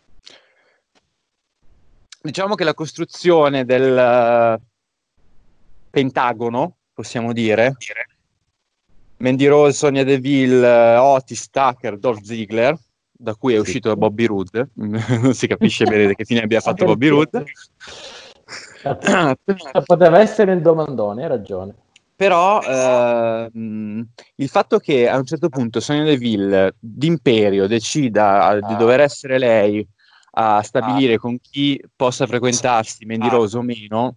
Diciamo che la costruzione del pentagono, possiamo dire, Mandy Rose, Sonia Deville, Otis, Tucker, Dolph Ziggler, da cui è uscito Bobby Roode, non si capisce bene che fine abbia fatto Bobby Roode. Poteva essere il domandone, hai ragione. Però il fatto che a un certo punto Sonia Deville d'imperio decida di dover essere lei a stabilire con chi possa frequentarsi Mandy Rose o meno,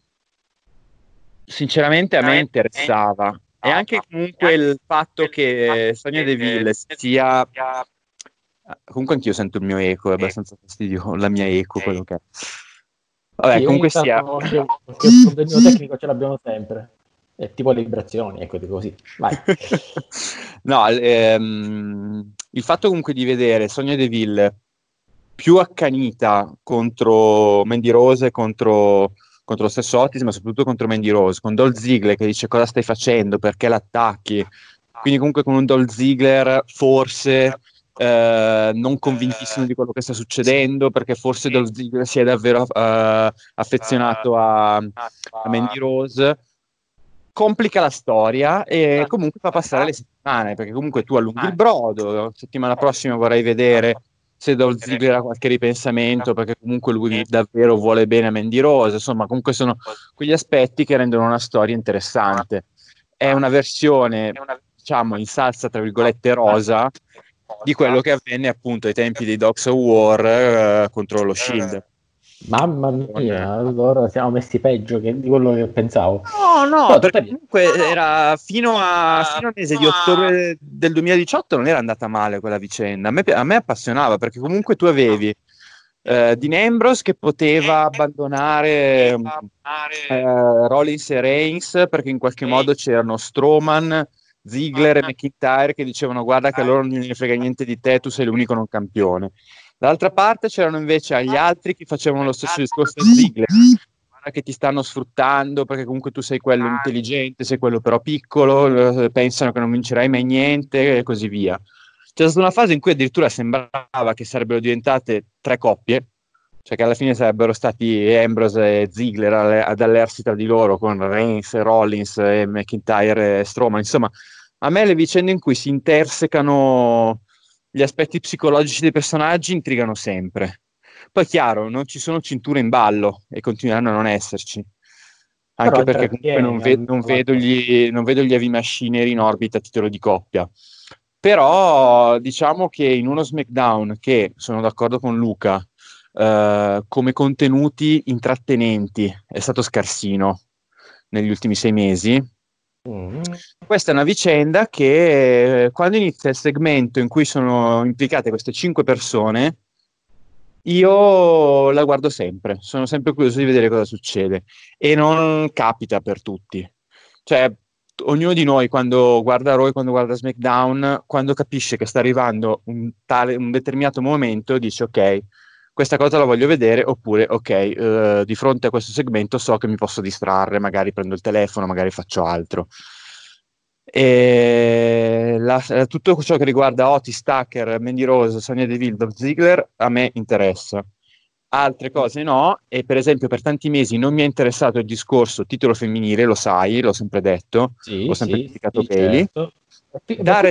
sinceramente a me interessava. E anche comunque il fatto che Sonia Deville sia... Comunque anch'io sento il mio eco, è abbastanza fastidioso, la mia eco, quello che è. Vabbè, sì, comunque sia... Qualche problemino tecnico ce l'abbiamo sempre. È tipo le vibrazioni, ecco, così. Vai. No, il fatto comunque di vedere Sonia Deville più accanita contro Mandy Rose e contro lo stesso Otis, ma soprattutto contro Mandy Rose, con Dolph Ziggler che dice cosa stai facendo, perché l'attacchi, quindi comunque con un Dolph Ziggler forse non convintissimo di quello che sta succedendo, perché forse Dolph Ziggler si è davvero affezionato a Mandy Rose, complica la storia e comunque fa passare le settimane, perché comunque tu allunghi il brodo, settimana prossima vorrei vedere se Dolph Ziggler ha qualche ripensamento, perché comunque lui davvero vuole bene a Mandy Rose, insomma comunque sono quegli aspetti che rendono una storia interessante. È una versione, diciamo, in salsa tra virgolette rosa di quello che avvenne appunto ai tempi dei Dogs of War contro lo Shield. Mamma mia, allora siamo messi peggio di quello che pensavo. No, perché comunque era fino al mese di ottobre del 2018 non era andata male quella vicenda. A me appassionava, perché comunque tu avevi Dean Ambrose che poteva abbandonare Rollins e Reigns, perché in qualche modo c'erano Strowman, Ziggler e McIntyre che dicevano guarda che a loro non ne frega niente di te, tu sei l'unico non campione. Dall'altra parte c'erano invece gli altri che facevano lo stesso discorso a Ziggler, che ti stanno sfruttando perché comunque tu sei quello intelligente, sei quello però piccolo, pensano che non vincerai mai niente e così via. C'è stata una fase in cui addirittura sembrava che sarebbero diventate 3 coppie, cioè che alla fine sarebbero stati Ambrose e Ziggler ad allearsi tra di loro con Reigns, Rollins e McIntyre e Strowman. Insomma, a me le vicende in cui si intersecano gli aspetti psicologici dei personaggi intrigano sempre. Poi chiaro, non ci sono cinture in ballo e continueranno a non esserci, anche perché comunque non vedo gli heavy machinery in orbita a titolo di coppia. Però diciamo che in uno SmackDown che, sono d'accordo con Luca, come contenuti intrattenenti è stato scarsino negli ultimi 6 mesi. Questa è una vicenda che quando inizia il segmento in cui sono implicate queste 5 persone, io la guardo sempre, sono sempre curioso di vedere cosa succede e non capita per tutti. Cioè, ognuno di noi quando guarda Raw e quando guarda SmackDown, quando capisce che sta arrivando un determinato momento, dice ok, questa cosa la voglio vedere, oppure ok, di fronte a questo segmento so che mi posso distrarre, magari prendo il telefono, magari faccio altro. E tutto ciò che riguarda Otis, Tucker, Mandy Rose, Sonia Deville, Dolph Ziggler a me interessa, altre cose no. E per esempio per tanti mesi non mi è interessato il discorso titolo femminile, lo sai, l'ho sempre detto, ho sempre criticato Bayley, certo. Da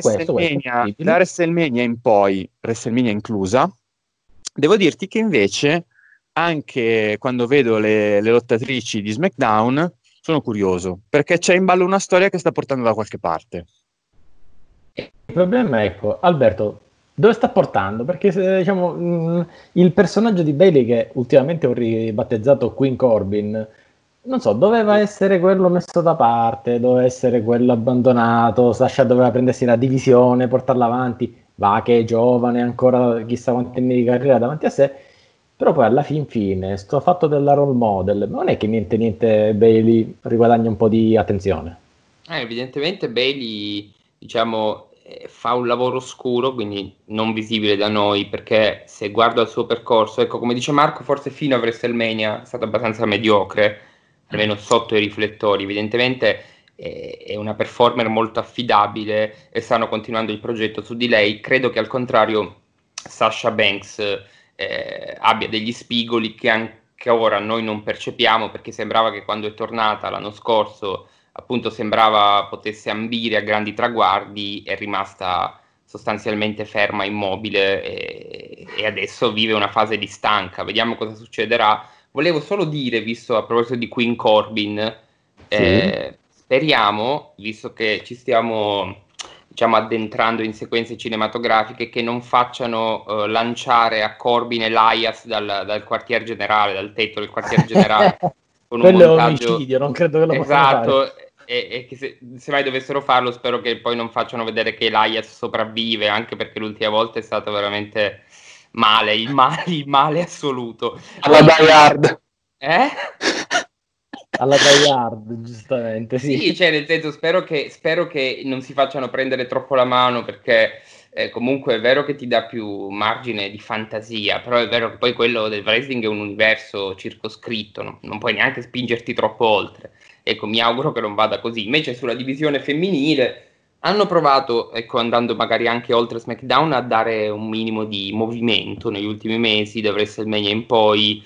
WrestleMania in poi, WrestleMania inclusa, devo dirti che invece anche quando vedo le lottatrici di SmackDown sono curioso, perché c'è in ballo una storia che sta portando da qualche parte. Il problema è, ecco, Alberto, dove sta portando? Perché diciamo, il personaggio di Bailey, che ultimamente ho ribattezzato Queen Corbin, non so, doveva essere quello messo da parte, doveva essere quello abbandonato, Sasha doveva prendersi la divisione, portarla avanti, va che è giovane, ancora chissà quanti anni di carriera davanti a sé, però poi alla fine, sto fatto della role model, non è che niente Bailey riguadagna un po' di attenzione. Evidentemente Bailey, diciamo, fa un lavoro oscuro, quindi non visibile da noi, perché se guardo al suo percorso, ecco, come dice Marco, forse fino a WrestleMania è stato abbastanza mediocre, almeno sotto i riflettori. Evidentemente è una performer molto affidabile e stanno continuando il progetto su di lei. Credo che al contrario Sasha Banks abbia degli spigoli che anche ora noi non percepiamo, perché sembrava che quando è tornata l'anno scorso appunto sembrava potesse ambire a grandi traguardi, è rimasta sostanzialmente ferma, immobile e adesso vive una fase di stanca. Vediamo cosa succederà. Volevo solo dire, visto a proposito di Queen Corbin, speriamo, visto che ci stiamo diciamo addentrando in sequenze cinematografiche, che non facciano lanciare a Corbin Elias dal quartier generale, dal tetto del quartier generale. Con un quello montaggio... è omicidio, non credo che lo possano esatto, fare. e che se mai dovessero farlo, spero che poi non facciano vedere che Elias sopravvive, anche perché l'ultima volta è stato veramente male, il male assoluto. Alla Die Hard. Alla Die Hard, giustamente, sì. Sì, cioè nel senso spero che non si facciano prendere troppo la mano, perché comunque è vero che ti dà più margine di fantasia, però è vero che poi quello del wrestling è un universo circoscritto, no? Non puoi neanche spingerti troppo oltre. Ecco, mi auguro che non vada così. Invece sulla divisione femminile hanno provato, ecco, andando magari anche oltre SmackDown, a dare un minimo di movimento negli ultimi mesi, da WrestleMania in poi.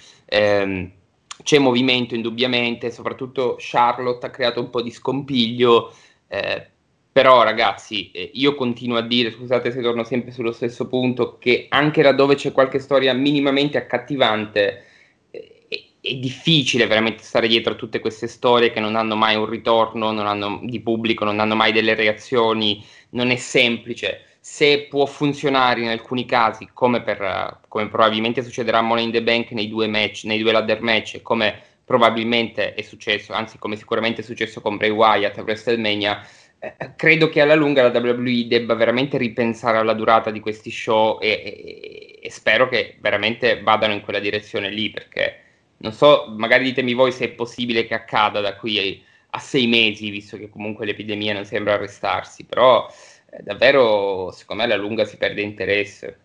C'è movimento indubbiamente, soprattutto Charlotte ha creato un po' di scompiglio, però ragazzi, io continuo a dire, scusate se torno sempre sullo stesso punto, che anche laddove c'è qualche storia minimamente accattivante, è difficile veramente stare dietro a tutte queste storie che non hanno mai un ritorno, non hanno di pubblico, non hanno mai delle reazioni, non è semplice. Se può funzionare in alcuni casi, come probabilmente succederà a Money in the Bank nei due ladder match, come probabilmente è successo, anzi come sicuramente è successo con Bray Wyatt a WrestleMania, credo che alla lunga la WWE debba veramente ripensare alla durata di questi show e spero che veramente vadano in quella direzione lì, perché non so, magari ditemi voi se è possibile che accada da qui a 6 mesi, visto che comunque l'epidemia non sembra arrestarsi, però davvero secondo me alla lunga si perde interesse.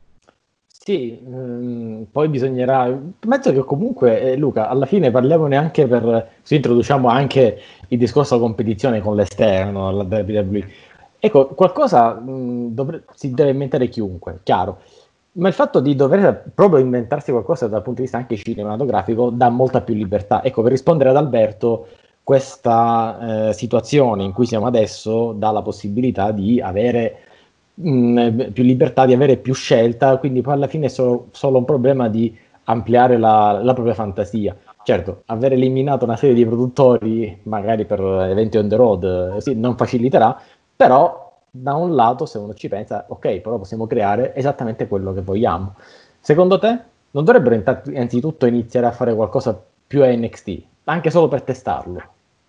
Sì, poi bisognerà, penso che comunque Luca, alla fine parliamone anche se introduciamo anche il discorso competizione con l'esterno, la WWE. Ecco, qualcosa si deve inventare chiunque, chiaro, ma il fatto di dover proprio inventarsi qualcosa dal punto di vista anche cinematografico dà molta più libertà. Ecco, per rispondere ad Alberto, questa situazione in cui siamo adesso dà la possibilità di avere più libertà, di avere più scelta, quindi poi alla fine è solo un problema di ampliare la propria fantasia. Certo, aver eliminato una serie di produttori, magari per eventi on the road, sì, non faciliterà, però da un lato, se uno ci pensa, ok, però possiamo creare esattamente quello che vogliamo. Secondo te, non dovrebbero innanzitutto iniziare a fare qualcosa più a NXT, anche solo per testarlo?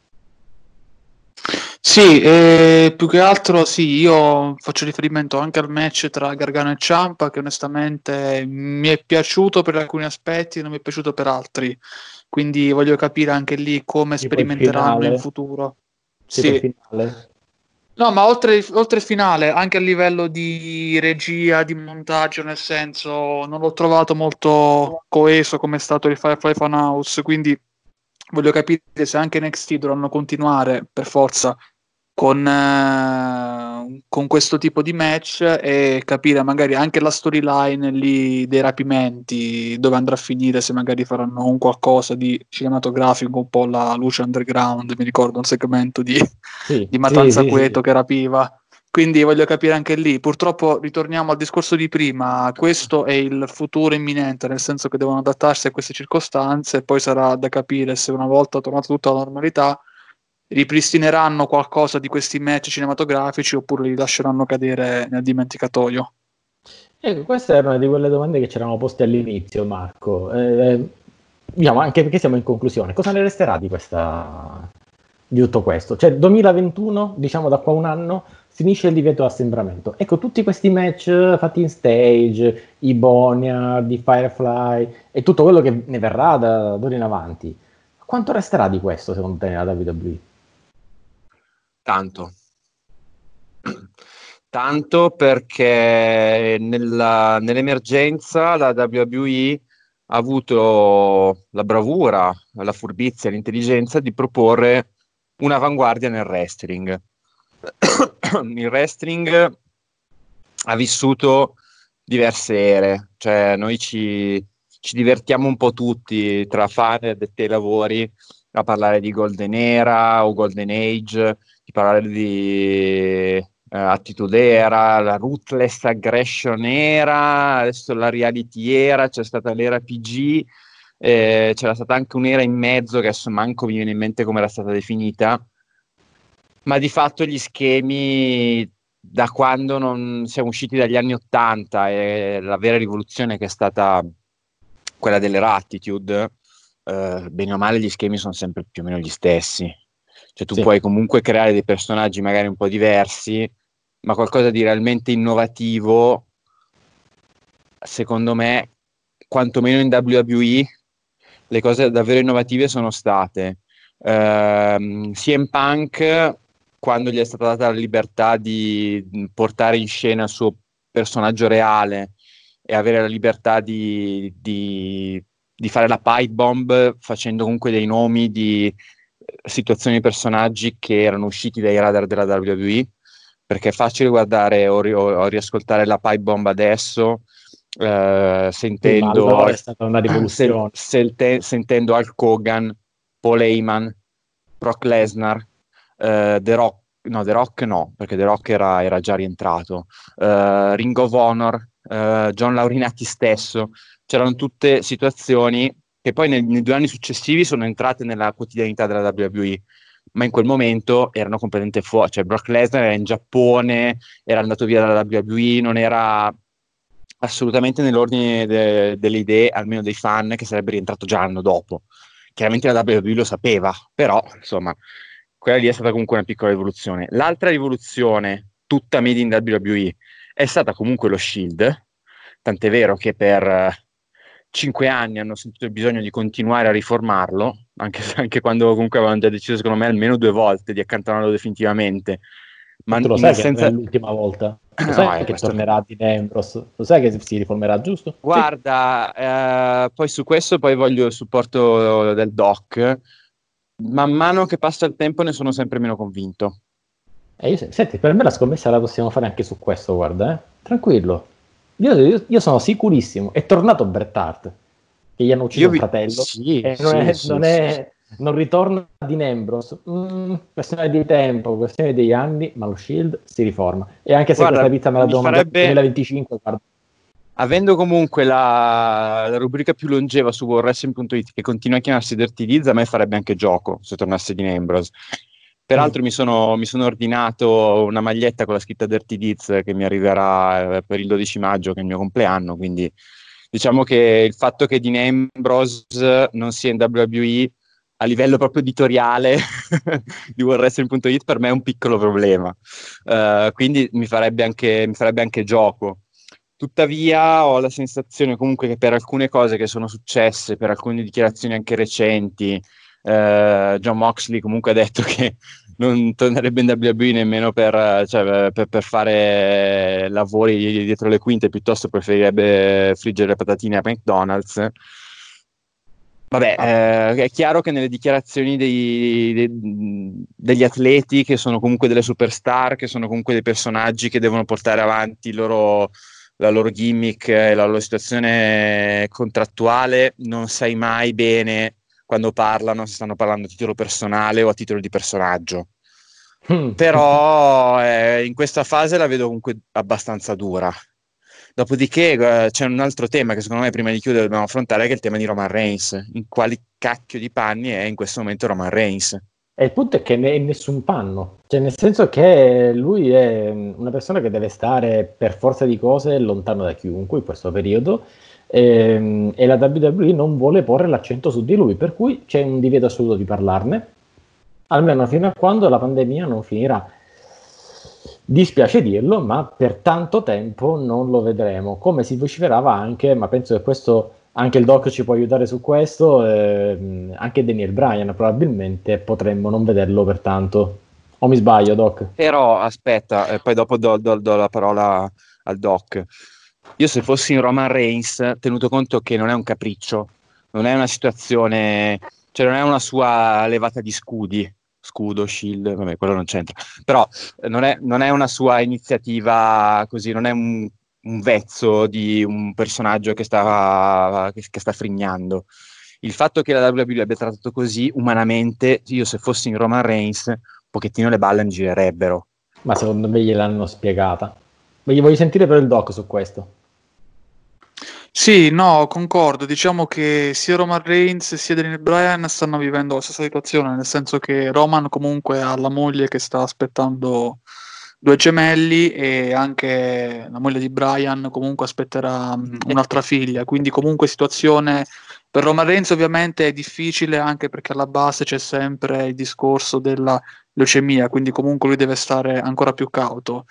Sì, più che altro sì, io faccio riferimento anche al match tra Gargano e Ciampa, che onestamente mi è piaciuto per alcuni aspetti e non mi è piaciuto per altri, quindi voglio capire anche lì come Tipo sperimenteranno in futuro. Tipo Sì. il finale? No, ma oltre il finale, anche a livello di regia, di montaggio, nel senso, non l'ho trovato molto coeso come è stato il Firefly Funhouse, quindi voglio capire se anche NXT dovranno continuare per forza con questo tipo di match e capire magari anche la storyline lì dei rapimenti, dove andrà a finire, se magari faranno un qualcosa di cinematografico, un po' la luce underground, mi ricordo un segmento di Matanza Cueto che rapiva. Quindi voglio capire anche lì, purtroppo ritorniamo al discorso di prima, questo è il futuro imminente, nel senso che devono adattarsi a queste circostanze e poi sarà da capire se una volta tornata tutta la normalità ripristineranno qualcosa di questi match cinematografici oppure li lasceranno cadere nel dimenticatoio. Ecco, questa era una di quelle domande che ci eravamo poste all'inizio, Marco. Diciamo, anche perché siamo in conclusione. Cosa ne resterà di tutto questo? Cioè, 2021, diciamo da qua un anno, finisce il divieto di assembramento. Ecco, tutti questi match fatti in stage, i Boneyard, i Firefly e tutto quello che ne verrà d'ora in avanti. Quanto resterà di questo, secondo te, nella WWE? Tanto perché nell'emergenza la WWE ha avuto la bravura, la furbizia, l'intelligenza di proporre un'avanguardia nel wrestling. Il wrestling ha vissuto diverse ere, cioè noi ci divertiamo un po' tutti tra fan e addetti ai lavori a parlare di Golden Era o Golden Age, di parlare di Attitude Era, la Ruthless Aggression Era, adesso la Reality Era, c'è stata l'era PG, c'era stata anche un'era in mezzo che adesso manco mi viene in mente come era stata definita, ma di fatto gli schemi da quando non siamo usciti dagli anni '80 e la vera rivoluzione che è stata quella dell'era Attitude, bene o male gli schemi sono sempre più o meno gli stessi. Cioè tu puoi comunque creare dei personaggi magari un po' diversi, ma qualcosa di realmente innovativo, secondo me, quantomeno in WWE, le cose davvero innovative sono state CM Punk, quando gli è stata data la libertà di portare in scena il suo personaggio reale e avere la libertà di fare la pipe bomb facendo comunque dei nomi di situazioni e personaggi che erano usciti dai radar della WWE, perché è facile guardare o riascoltare la pipe bomb adesso sentendo, allora è stata una rivoluzione. sentendo Hulk Hogan, Paul Heyman, Brock Lesnar, The Rock no, perché The Rock era già rientrato, Ring of Honor, John Laurinaitis stesso. C'erano tutte situazioni che poi nei 2 anni successivi sono entrate nella quotidianità della WWE, ma in quel momento erano completamente fuori. Cioè Brock Lesnar era in Giappone, era andato via dalla WWE, non era assolutamente nell'ordine delle idee, almeno dei fan, che sarebbe rientrato già l'anno dopo. Chiaramente la WWE lo sapeva, però insomma quella lì è stata comunque una piccola rivoluzione. L'altra rivoluzione, tutta made in WWE, è stata comunque lo Shield, tant'è vero che per 5 anni hanno sentito il bisogno di continuare a riformarlo, anche quando comunque avevano già deciso, secondo me, almeno 2 volte di accantonarlo definitivamente. Ma tu lo sai che non è l'ultima volta? Lo sai che tornerà Dean Ambrose? Lo sai che si riformerà, giusto? Guarda, poi su questo poi voglio il supporto del doc. Man mano che passa il tempo ne sono sempre meno convinto. Senti, per me la scommessa la possiamo fare anche su questo, guarda, tranquillo. Io sono sicurissimo. È tornato Bret Hart, che gli hanno ucciso un fratello. Non ritorna Dean Ambrose. Questione di tempo, questione degli anni, ma lo Shield si riforma. E anche se questa pizza me la devono mandare nel 2025, guarda. Avendo comunque la rubrica più longeva su WorldWrestling.it che continua a chiamarsi Dirty Deeds, a me farebbe anche gioco se tornasse Dean Ambrose. Peraltro mi sono ordinato una maglietta con la scritta Dirty Deeds che mi arriverà per il 12 maggio, che è il mio compleanno, quindi diciamo che il fatto che Dean Ambrose non sia in WWE a livello proprio editoriale di WorldWrestling.it per me è un piccolo problema, quindi mi farebbe anche gioco. Tuttavia ho la sensazione comunque che per alcune cose che sono successe, per alcune dichiarazioni anche recenti, John Moxley comunque ha detto che non tornerebbe in WWE nemmeno per fare lavori dietro le quinte, piuttosto preferirebbe friggere le patatine a McDonald's. Vabbè, è chiaro che nelle dichiarazioni degli atleti, che sono comunque delle superstar, che sono comunque dei personaggi che devono portare avanti la loro gimmick e la loro situazione contrattuale, non sai mai bene quando parlano se stanno parlando a titolo personale o a titolo di personaggio. Però in questa fase la vedo comunque abbastanza dura. Dopodiché c'è un altro tema che secondo me prima di chiudere dobbiamo affrontare, che è il tema di Roman Reigns. In quali cacchio di panni è in questo momento Roman Reigns? E il punto è che ne è in nessun panno, cioè nel senso che lui è una persona che deve stare per forza di cose lontano da chiunque in questo periodo, e la WWE non vuole porre l'accento su di lui, per cui c'è un divieto assoluto di parlarne, almeno fino a quando la pandemia non finirà. Dispiace dirlo, ma per tanto tempo non lo vedremo, come si vociferava anche, ma penso che questo anche il doc ci può aiutare su questo, anche Daniel Bryan probabilmente potremmo non vederlo per tanto. O mi sbaglio, doc? Però aspetta, poi dopo do la parola al doc. Io se fossi in Roman Reigns, tenuto conto che non è un capriccio, non è una situazione, cioè non è una sua levata di scudi, scudo, shield, vabbè, quello non c'entra, però non è una sua iniziativa così, non è un vezzo di un personaggio che sta frignando. Il fatto che la WWE abbia trattato così umanamente, io se fossi in Roman Reigns, un pochettino le balle mi girerebbero. Ma secondo me gliel'hanno spiegata. Voglio sentire per il doc su questo. Sì, no, concordo. Diciamo che sia Roman Reigns sia Daniel Bryan stanno vivendo la stessa situazione, nel senso che Roman comunque ha la moglie che sta aspettando 2 gemelli, e anche la moglie di Bryan comunque aspetterà un'altra figlia, quindi comunque situazione per Roman Reigns ovviamente è difficile, anche perché alla base c'è sempre il discorso della leucemia, quindi comunque lui deve stare ancora più cauto.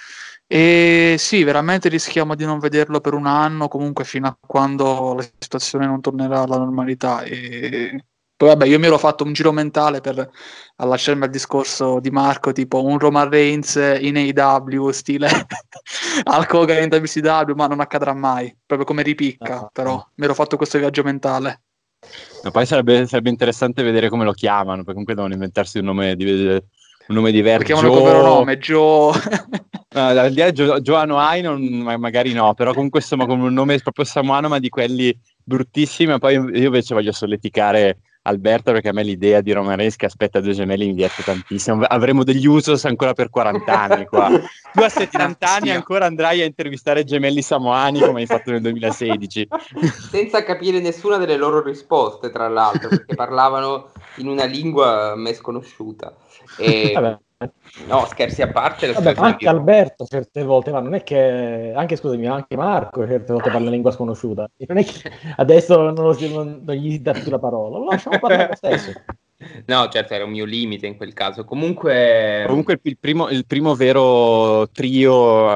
E sì, veramente rischiamo di non vederlo per un anno, comunque fino a quando la situazione non tornerà alla normalità. E poi vabbè, io mi ero fatto un giro mentale per allacciarmi al discorso di Marco, tipo un Roman Reigns in AEW, stile Hulk Hogan in WCW, ma non accadrà mai, proprio come ripicca, però mi ero fatto questo viaggio mentale. Ma poi sarebbe interessante vedere come lo chiamano, perché comunque devono inventarsi un nome diverso. Lo chiamano con vero nome, Joe. Al di là di Joano Ai magari no, però comunque insomma con un nome proprio samoano, ma di quelli bruttissimi. E poi io invece voglio solleticare Alberto, perché a me l'idea di Roman Reigns che aspetta 2 gemelli mi diverte tantissimo. Avremo degli Usos ancora per 40 anni qua. Tu a 70 anni ancora andrai a intervistare gemelli samoani come hai fatto nel 2016. Senza capire nessuna delle loro risposte, tra l'altro, perché parlavano in una lingua a me sconosciuta. E... No, scherzi a parte. Vabbè, anche Alberto certe volte, ma non è che, anche scusami, anche Marco certe volte parla lingua sconosciuta. Non è che adesso non gli dà più la parola, lo lasciamo parlare lo stesso. No, certo, era un mio limite in quel caso. Comunque il primo vero trio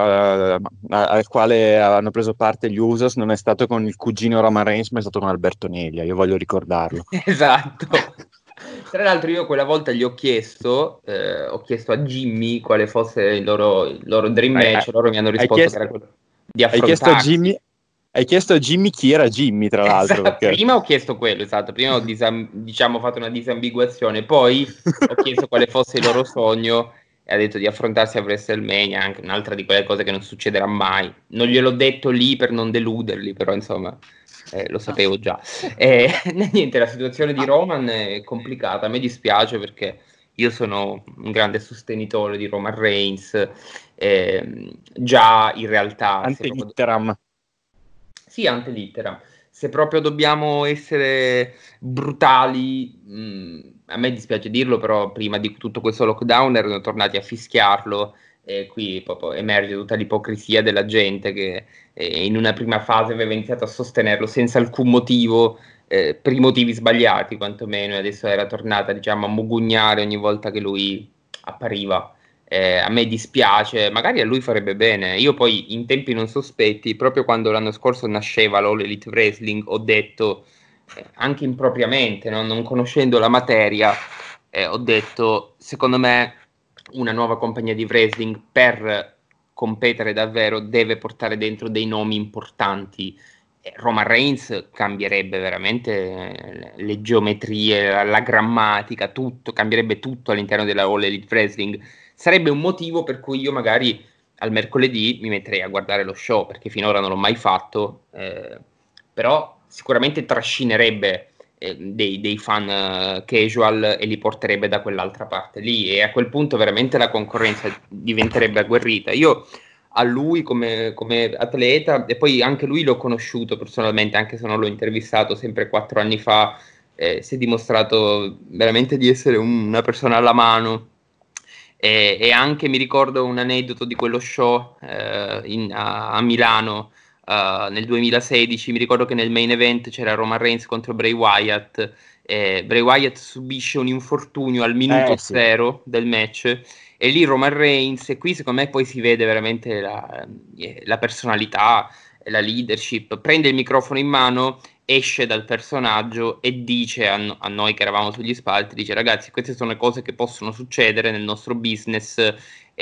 al quale hanno preso parte gli Usos non è stato con il cugino Roman Reigns, ma è stato con Alberto Neglia, io voglio ricordarlo. Esatto. Tra l'altro io quella volta gli ho chiesto a Jimmy quale fosse il loro dream match, loro mi hanno risposto che era quello di affrontarsi. Hai chiesto a Jimmy chi era Jimmy, tra l'altro. Esatto, perché... Prima ho chiesto quello, esatto, prima ho fatto una disambiguazione, poi ho chiesto quale fosse il loro sogno e ha detto di affrontarsi a WrestleMania, anche un'altra di quelle cose che non succederà mai. Non gliel'ho detto lì per non deluderli, però insomma... lo sapevo già. Niente, la situazione di Roman è complicata. A me dispiace perché io sono un grande sostenitore di Roman Reigns. Già in realtà. Ante litteram. Sì, ante litteram. Se proprio dobbiamo essere brutali, a me dispiace dirlo, però prima di tutto questo lockdown erano tornati a fischiarlo. E qui proprio emerge tutta l'ipocrisia della gente che in una prima fase aveva iniziato a sostenerlo senza alcun motivo, per i motivi sbagliati quantomeno, e adesso era tornata, diciamo, a mugugnare ogni volta che lui appariva. A me dispiace, magari a lui farebbe bene. Io poi in tempi non sospetti, proprio quando l'anno scorso nasceva l'All Elite Wrestling, ho detto, anche impropriamente, no? Non conoscendo la materia, ho detto, secondo me una nuova compagnia di wrestling per competere davvero deve portare dentro dei nomi importanti. Roman Reigns cambierebbe veramente le geometrie, la grammatica, tutto, cambierebbe tutto all'interno della All Elite Wrestling. Sarebbe un motivo per cui io magari al mercoledì mi metterei a guardare lo show, perché finora non l'ho mai fatto, però sicuramente trascinerebbe dei fan casual e li porterebbe da quell'altra parte lì, e a quel punto veramente la concorrenza diventerebbe agguerrita. Io a lui come atleta, e poi anche lui l'ho conosciuto personalmente, anche se non l'ho intervistato sempre 4 anni fa, si è dimostrato veramente di essere una persona alla mano. E anche mi ricordo un aneddoto di quello show a Milano nel 2016. Mi ricordo che nel main event c'era Roman Reigns contro Bray Wyatt. Bray Wyatt subisce un infortunio al minuto zero del match, e lì Roman Reigns, e qui secondo me poi si vede veramente la personalità, la leadership, prende il microfono in mano, esce dal personaggio e dice a noi che eravamo sugli spalti, dice: ragazzi, queste sono le cose che possono succedere nel nostro business.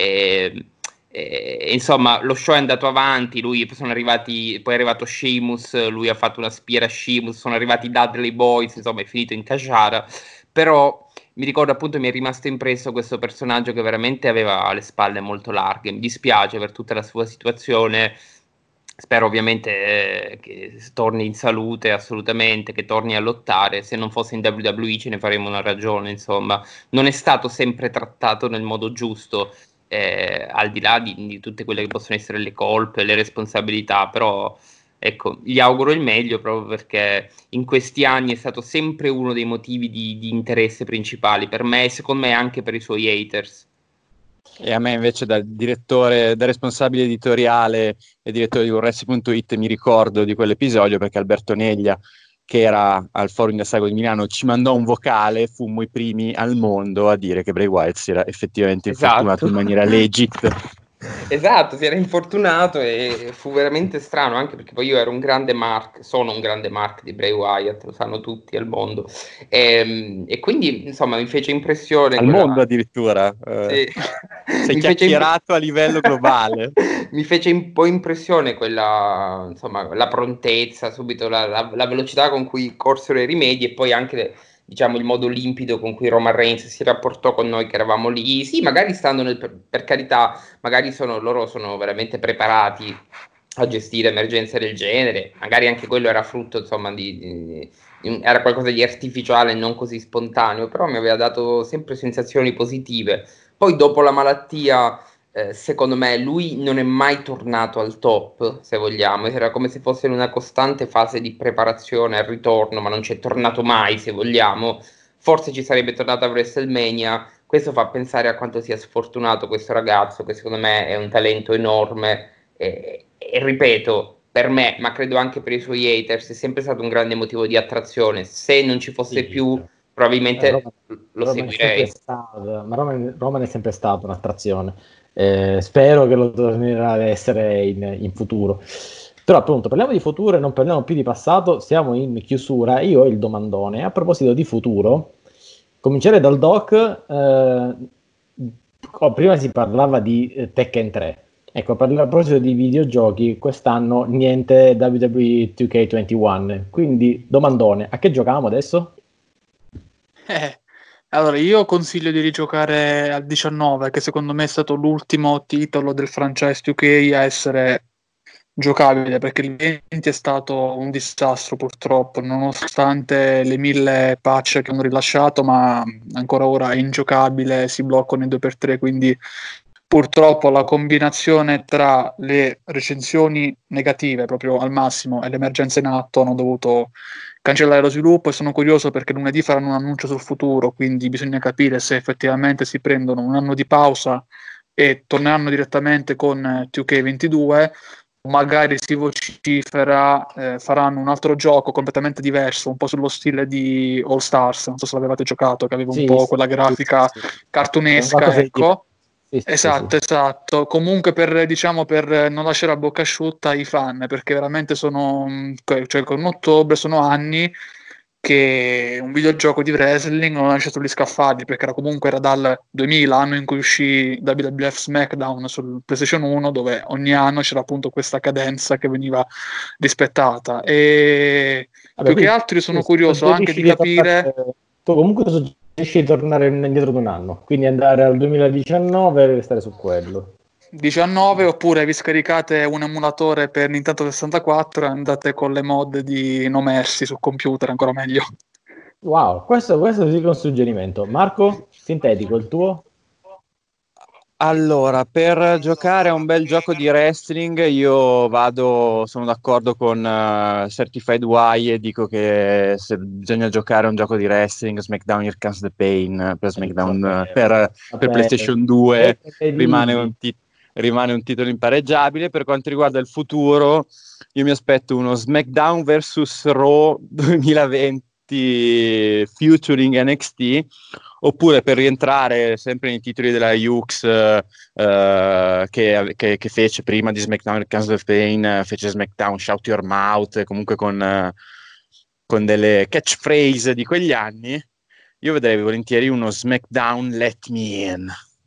Insomma, lo show è andato avanti, poi è arrivato Sheamus, lui ha fatto una spiera a Sheamus, sono arrivati i Dudley Boys, insomma è finito in caciara. Però mi ricordo, appunto, mi è rimasto impresso questo personaggio che veramente aveva le spalle molto larghe. Mi dispiace per tutta la sua situazione. Spero ovviamente che torni in salute, assolutamente, che torni a lottare. Se non fosse in WWE ce ne faremo una ragione, insomma. Non è stato sempre trattato nel modo giusto, al di là di tutte quelle che possono essere le colpe, le responsabilità, però ecco, gli auguro il meglio, proprio perché in questi anni è stato sempre uno dei motivi di interesse principali per me, e secondo me anche per i suoi haters. E a me invece, da direttore, da responsabile editoriale e direttore di Wrestling.it, mi ricordo di quell'episodio perché Alberto Neglia, che era al Forum da Sago di Milano, ci mandò un vocale. Fummo i primi al mondo a dire che Bray Wyatt si era effettivamente infortunato in maniera legit. Esatto, si era infortunato e fu veramente strano, anche perché poi io ero sono un grande mark di Bray Wyatt, lo sanno tutti al mondo, e quindi insomma mi fece impressione mondo addirittura, sì. sei chiacchierato a livello globale. Mi fece un po' impressione quella, insomma, la prontezza, subito la velocità con cui corsero i rimedi, e poi anche, diciamo, il modo limpido con cui Roman Reigns si rapportò con noi che eravamo lì. Sì, magari stando per carità, magari loro sono veramente preparati a gestire emergenze del genere, magari anche quello era frutto, insomma, era qualcosa di artificiale, non così spontaneo, però mi aveva dato sempre sensazioni positive. Poi dopo la malattia, secondo me lui non è mai tornato al top, se vogliamo, era come se fosse in una costante fase di preparazione al ritorno, ma non c'è tornato mai, se vogliamo. Forse ci sarebbe tornato a WrestleMania. Questo fa pensare a quanto sia sfortunato questo ragazzo, che secondo me è un talento enorme, e ripeto, per me, ma credo anche per i suoi haters, è sempre stato un grande motivo di attrazione. Se non ci fosse più, probabilmente lo seguirei. Ma Roman è sempre stato un'attrazione. Spero che lo tornerà ad essere in futuro. Però appunto parliamo di futuro e non parliamo più di passato, siamo in chiusura. Io ho il domandone. A proposito di futuro, cominciare dal doc. Prima si parlava di Tekken 3. Ecco, a proposito di videogiochi, quest'anno niente WWE 2K21. Quindi domandone, a che giochiamo adesso? Allora, io consiglio di rigiocare al 19, che secondo me è stato l'ultimo titolo del franchise 2K a essere giocabile, perché il 20 è stato un disastro purtroppo, nonostante le 1000 patch che hanno rilasciato, ma ancora ora è ingiocabile, si bloccano i 2x3, quindi purtroppo la combinazione tra le recensioni negative proprio al massimo e l'emergenza in atto hanno dovuto cancellare lo sviluppo, e sono curioso perché lunedì faranno un annuncio sul futuro, quindi bisogna capire se effettivamente si prendono un anno di pausa e torneranno direttamente con 2K22, magari si vocifera faranno un altro gioco completamente diverso, un po' sullo stile di All Stars, non so se l'avevate giocato, che aveva un po' quella grafica cartunesca, ecco. Esatto. Comunque per non lasciare a bocca asciutta i fan, perché veramente cioè con ottobre sono anni che un videogioco di wrestling non ha lasciato gli scaffali, perché era dal 2000, anno in cui uscì WWF SmackDown sul PlayStation 1, dove ogni anno c'era appunto questa cadenza che veniva rispettata. E più che altro io sono curioso anche di capire. Tu comunque riesci a tornare indietro di un anno, quindi andare al 2019 e restare su quello. 19, oppure vi scaricate un emulatore per Nintendo 64 e andate con le mod di No Mercy sul computer, ancora meglio. Wow, questo sì che è un suggerimento. Marco, sintetico, il tuo? Allora, per giocare a un bel gioco di wrestling, sono d'accordo con Certified Y e dico che se bisogna giocare a un gioco di wrestling, SmackDown Here Comes the Pain per SmackDown, per PlayStation 2 rimane un titolo impareggiabile. Per quanto riguarda il futuro, io mi aspetto uno SmackDown vs Raw 2020 featuring NXT, oppure per rientrare sempre nei titoli della Hughes che fece prima di SmackDown Cancel of Pain, fece SmackDown Shout Your Mouth, comunque con delle catchphrase di quegli anni. Io vedrei volentieri uno SmackDown Let Me In.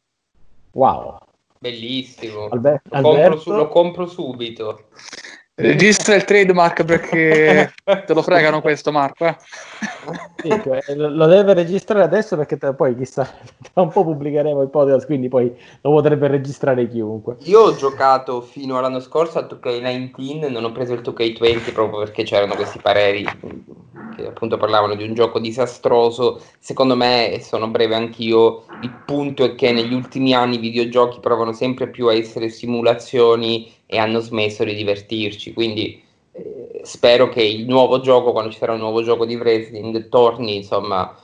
Wow. Bellissimo. Alberto? Lo compro subito. Registra il trademark perché te lo fregano questo, Marco. Sì, lo deve registrare adesso perché poi chissà, tra un po' pubblicheremo il podcast, quindi poi lo potrebbe registrare chiunque. Io ho giocato fino all'anno scorso a 2K19, non ho preso il 2K20 proprio perché c'erano questi pareri che appunto parlavano di un gioco disastroso. Secondo me, sono breve anch'io, il punto è che negli ultimi anni i videogiochi provano sempre più a essere simulazioni e hanno smesso di divertirci, quindi spero che il nuovo gioco, quando ci sarà un nuovo gioco di wrestling, torni insomma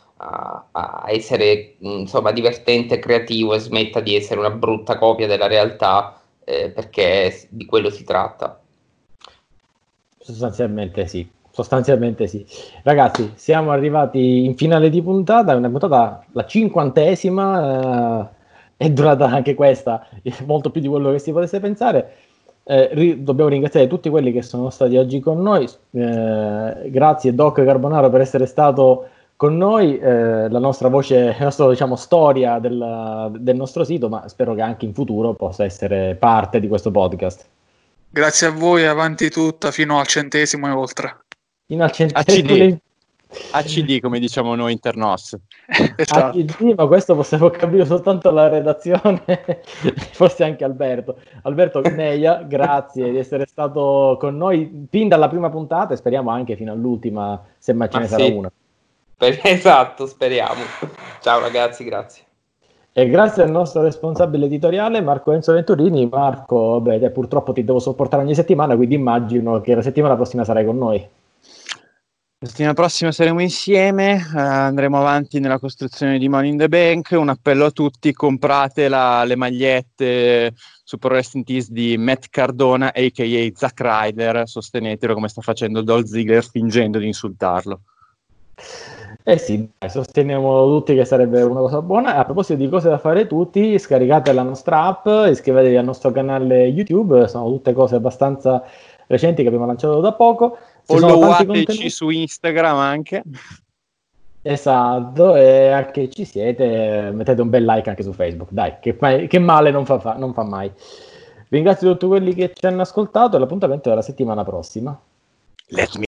a essere insomma divertente e creativo e smetta di essere una brutta copia della realtà, perché di quello si tratta. Sostanzialmente sì. Ragazzi, siamo arrivati in finale di puntata, una puntata la 50esima, è durata anche questa molto più di quello che si potesse pensare. Dobbiamo ringraziare tutti quelli che sono stati oggi con noi. Grazie Doc Carbonaro per essere stato con noi, la nostra voce, la nostra diciamo, storia del nostro sito, ma spero che anche in futuro possa essere parte di questo podcast. Grazie a voi, avanti tutta fino al 100° e oltre. Fino al 100° ACD, come diciamo noi internos. Esatto. ACD, ma questo possiamo capire soltanto la redazione, forse anche Alberto Neia, grazie di essere stato con noi fin dalla prima puntata e speriamo anche fino all'ultima, se mai ce ne sarà una. Esatto, speriamo. Ciao ragazzi, grazie. E grazie al nostro responsabile editoriale Marco Enzo Venturini. Marco, purtroppo ti devo sopportare ogni settimana, quindi immagino che la settimana prossima sarai con noi. La settimana prossima saremo insieme, andremo avanti nella costruzione di Money in the Bank. Un appello a tutti: comprate le magliette su Pro Wrestling Tees di Matt Cardona, a.k.a. Zack Ryder, sostenetelo come sta facendo Dolph Ziggler fingendo di insultarlo. Sì, sosteniamo tutti che sarebbe una cosa buona. A proposito di cose da fare tutti, scaricate la nostra app, iscrivetevi al nostro canale YouTube, sono tutte cose abbastanza recenti che abbiamo lanciato da poco. Followateci su Instagram anche. Esatto, e anche ci siete, mettete un bel like anche su Facebook, dai, che male non fa mai. Ringrazio tutti quelli che ci hanno ascoltato e l'appuntamento è la settimana prossima. Let me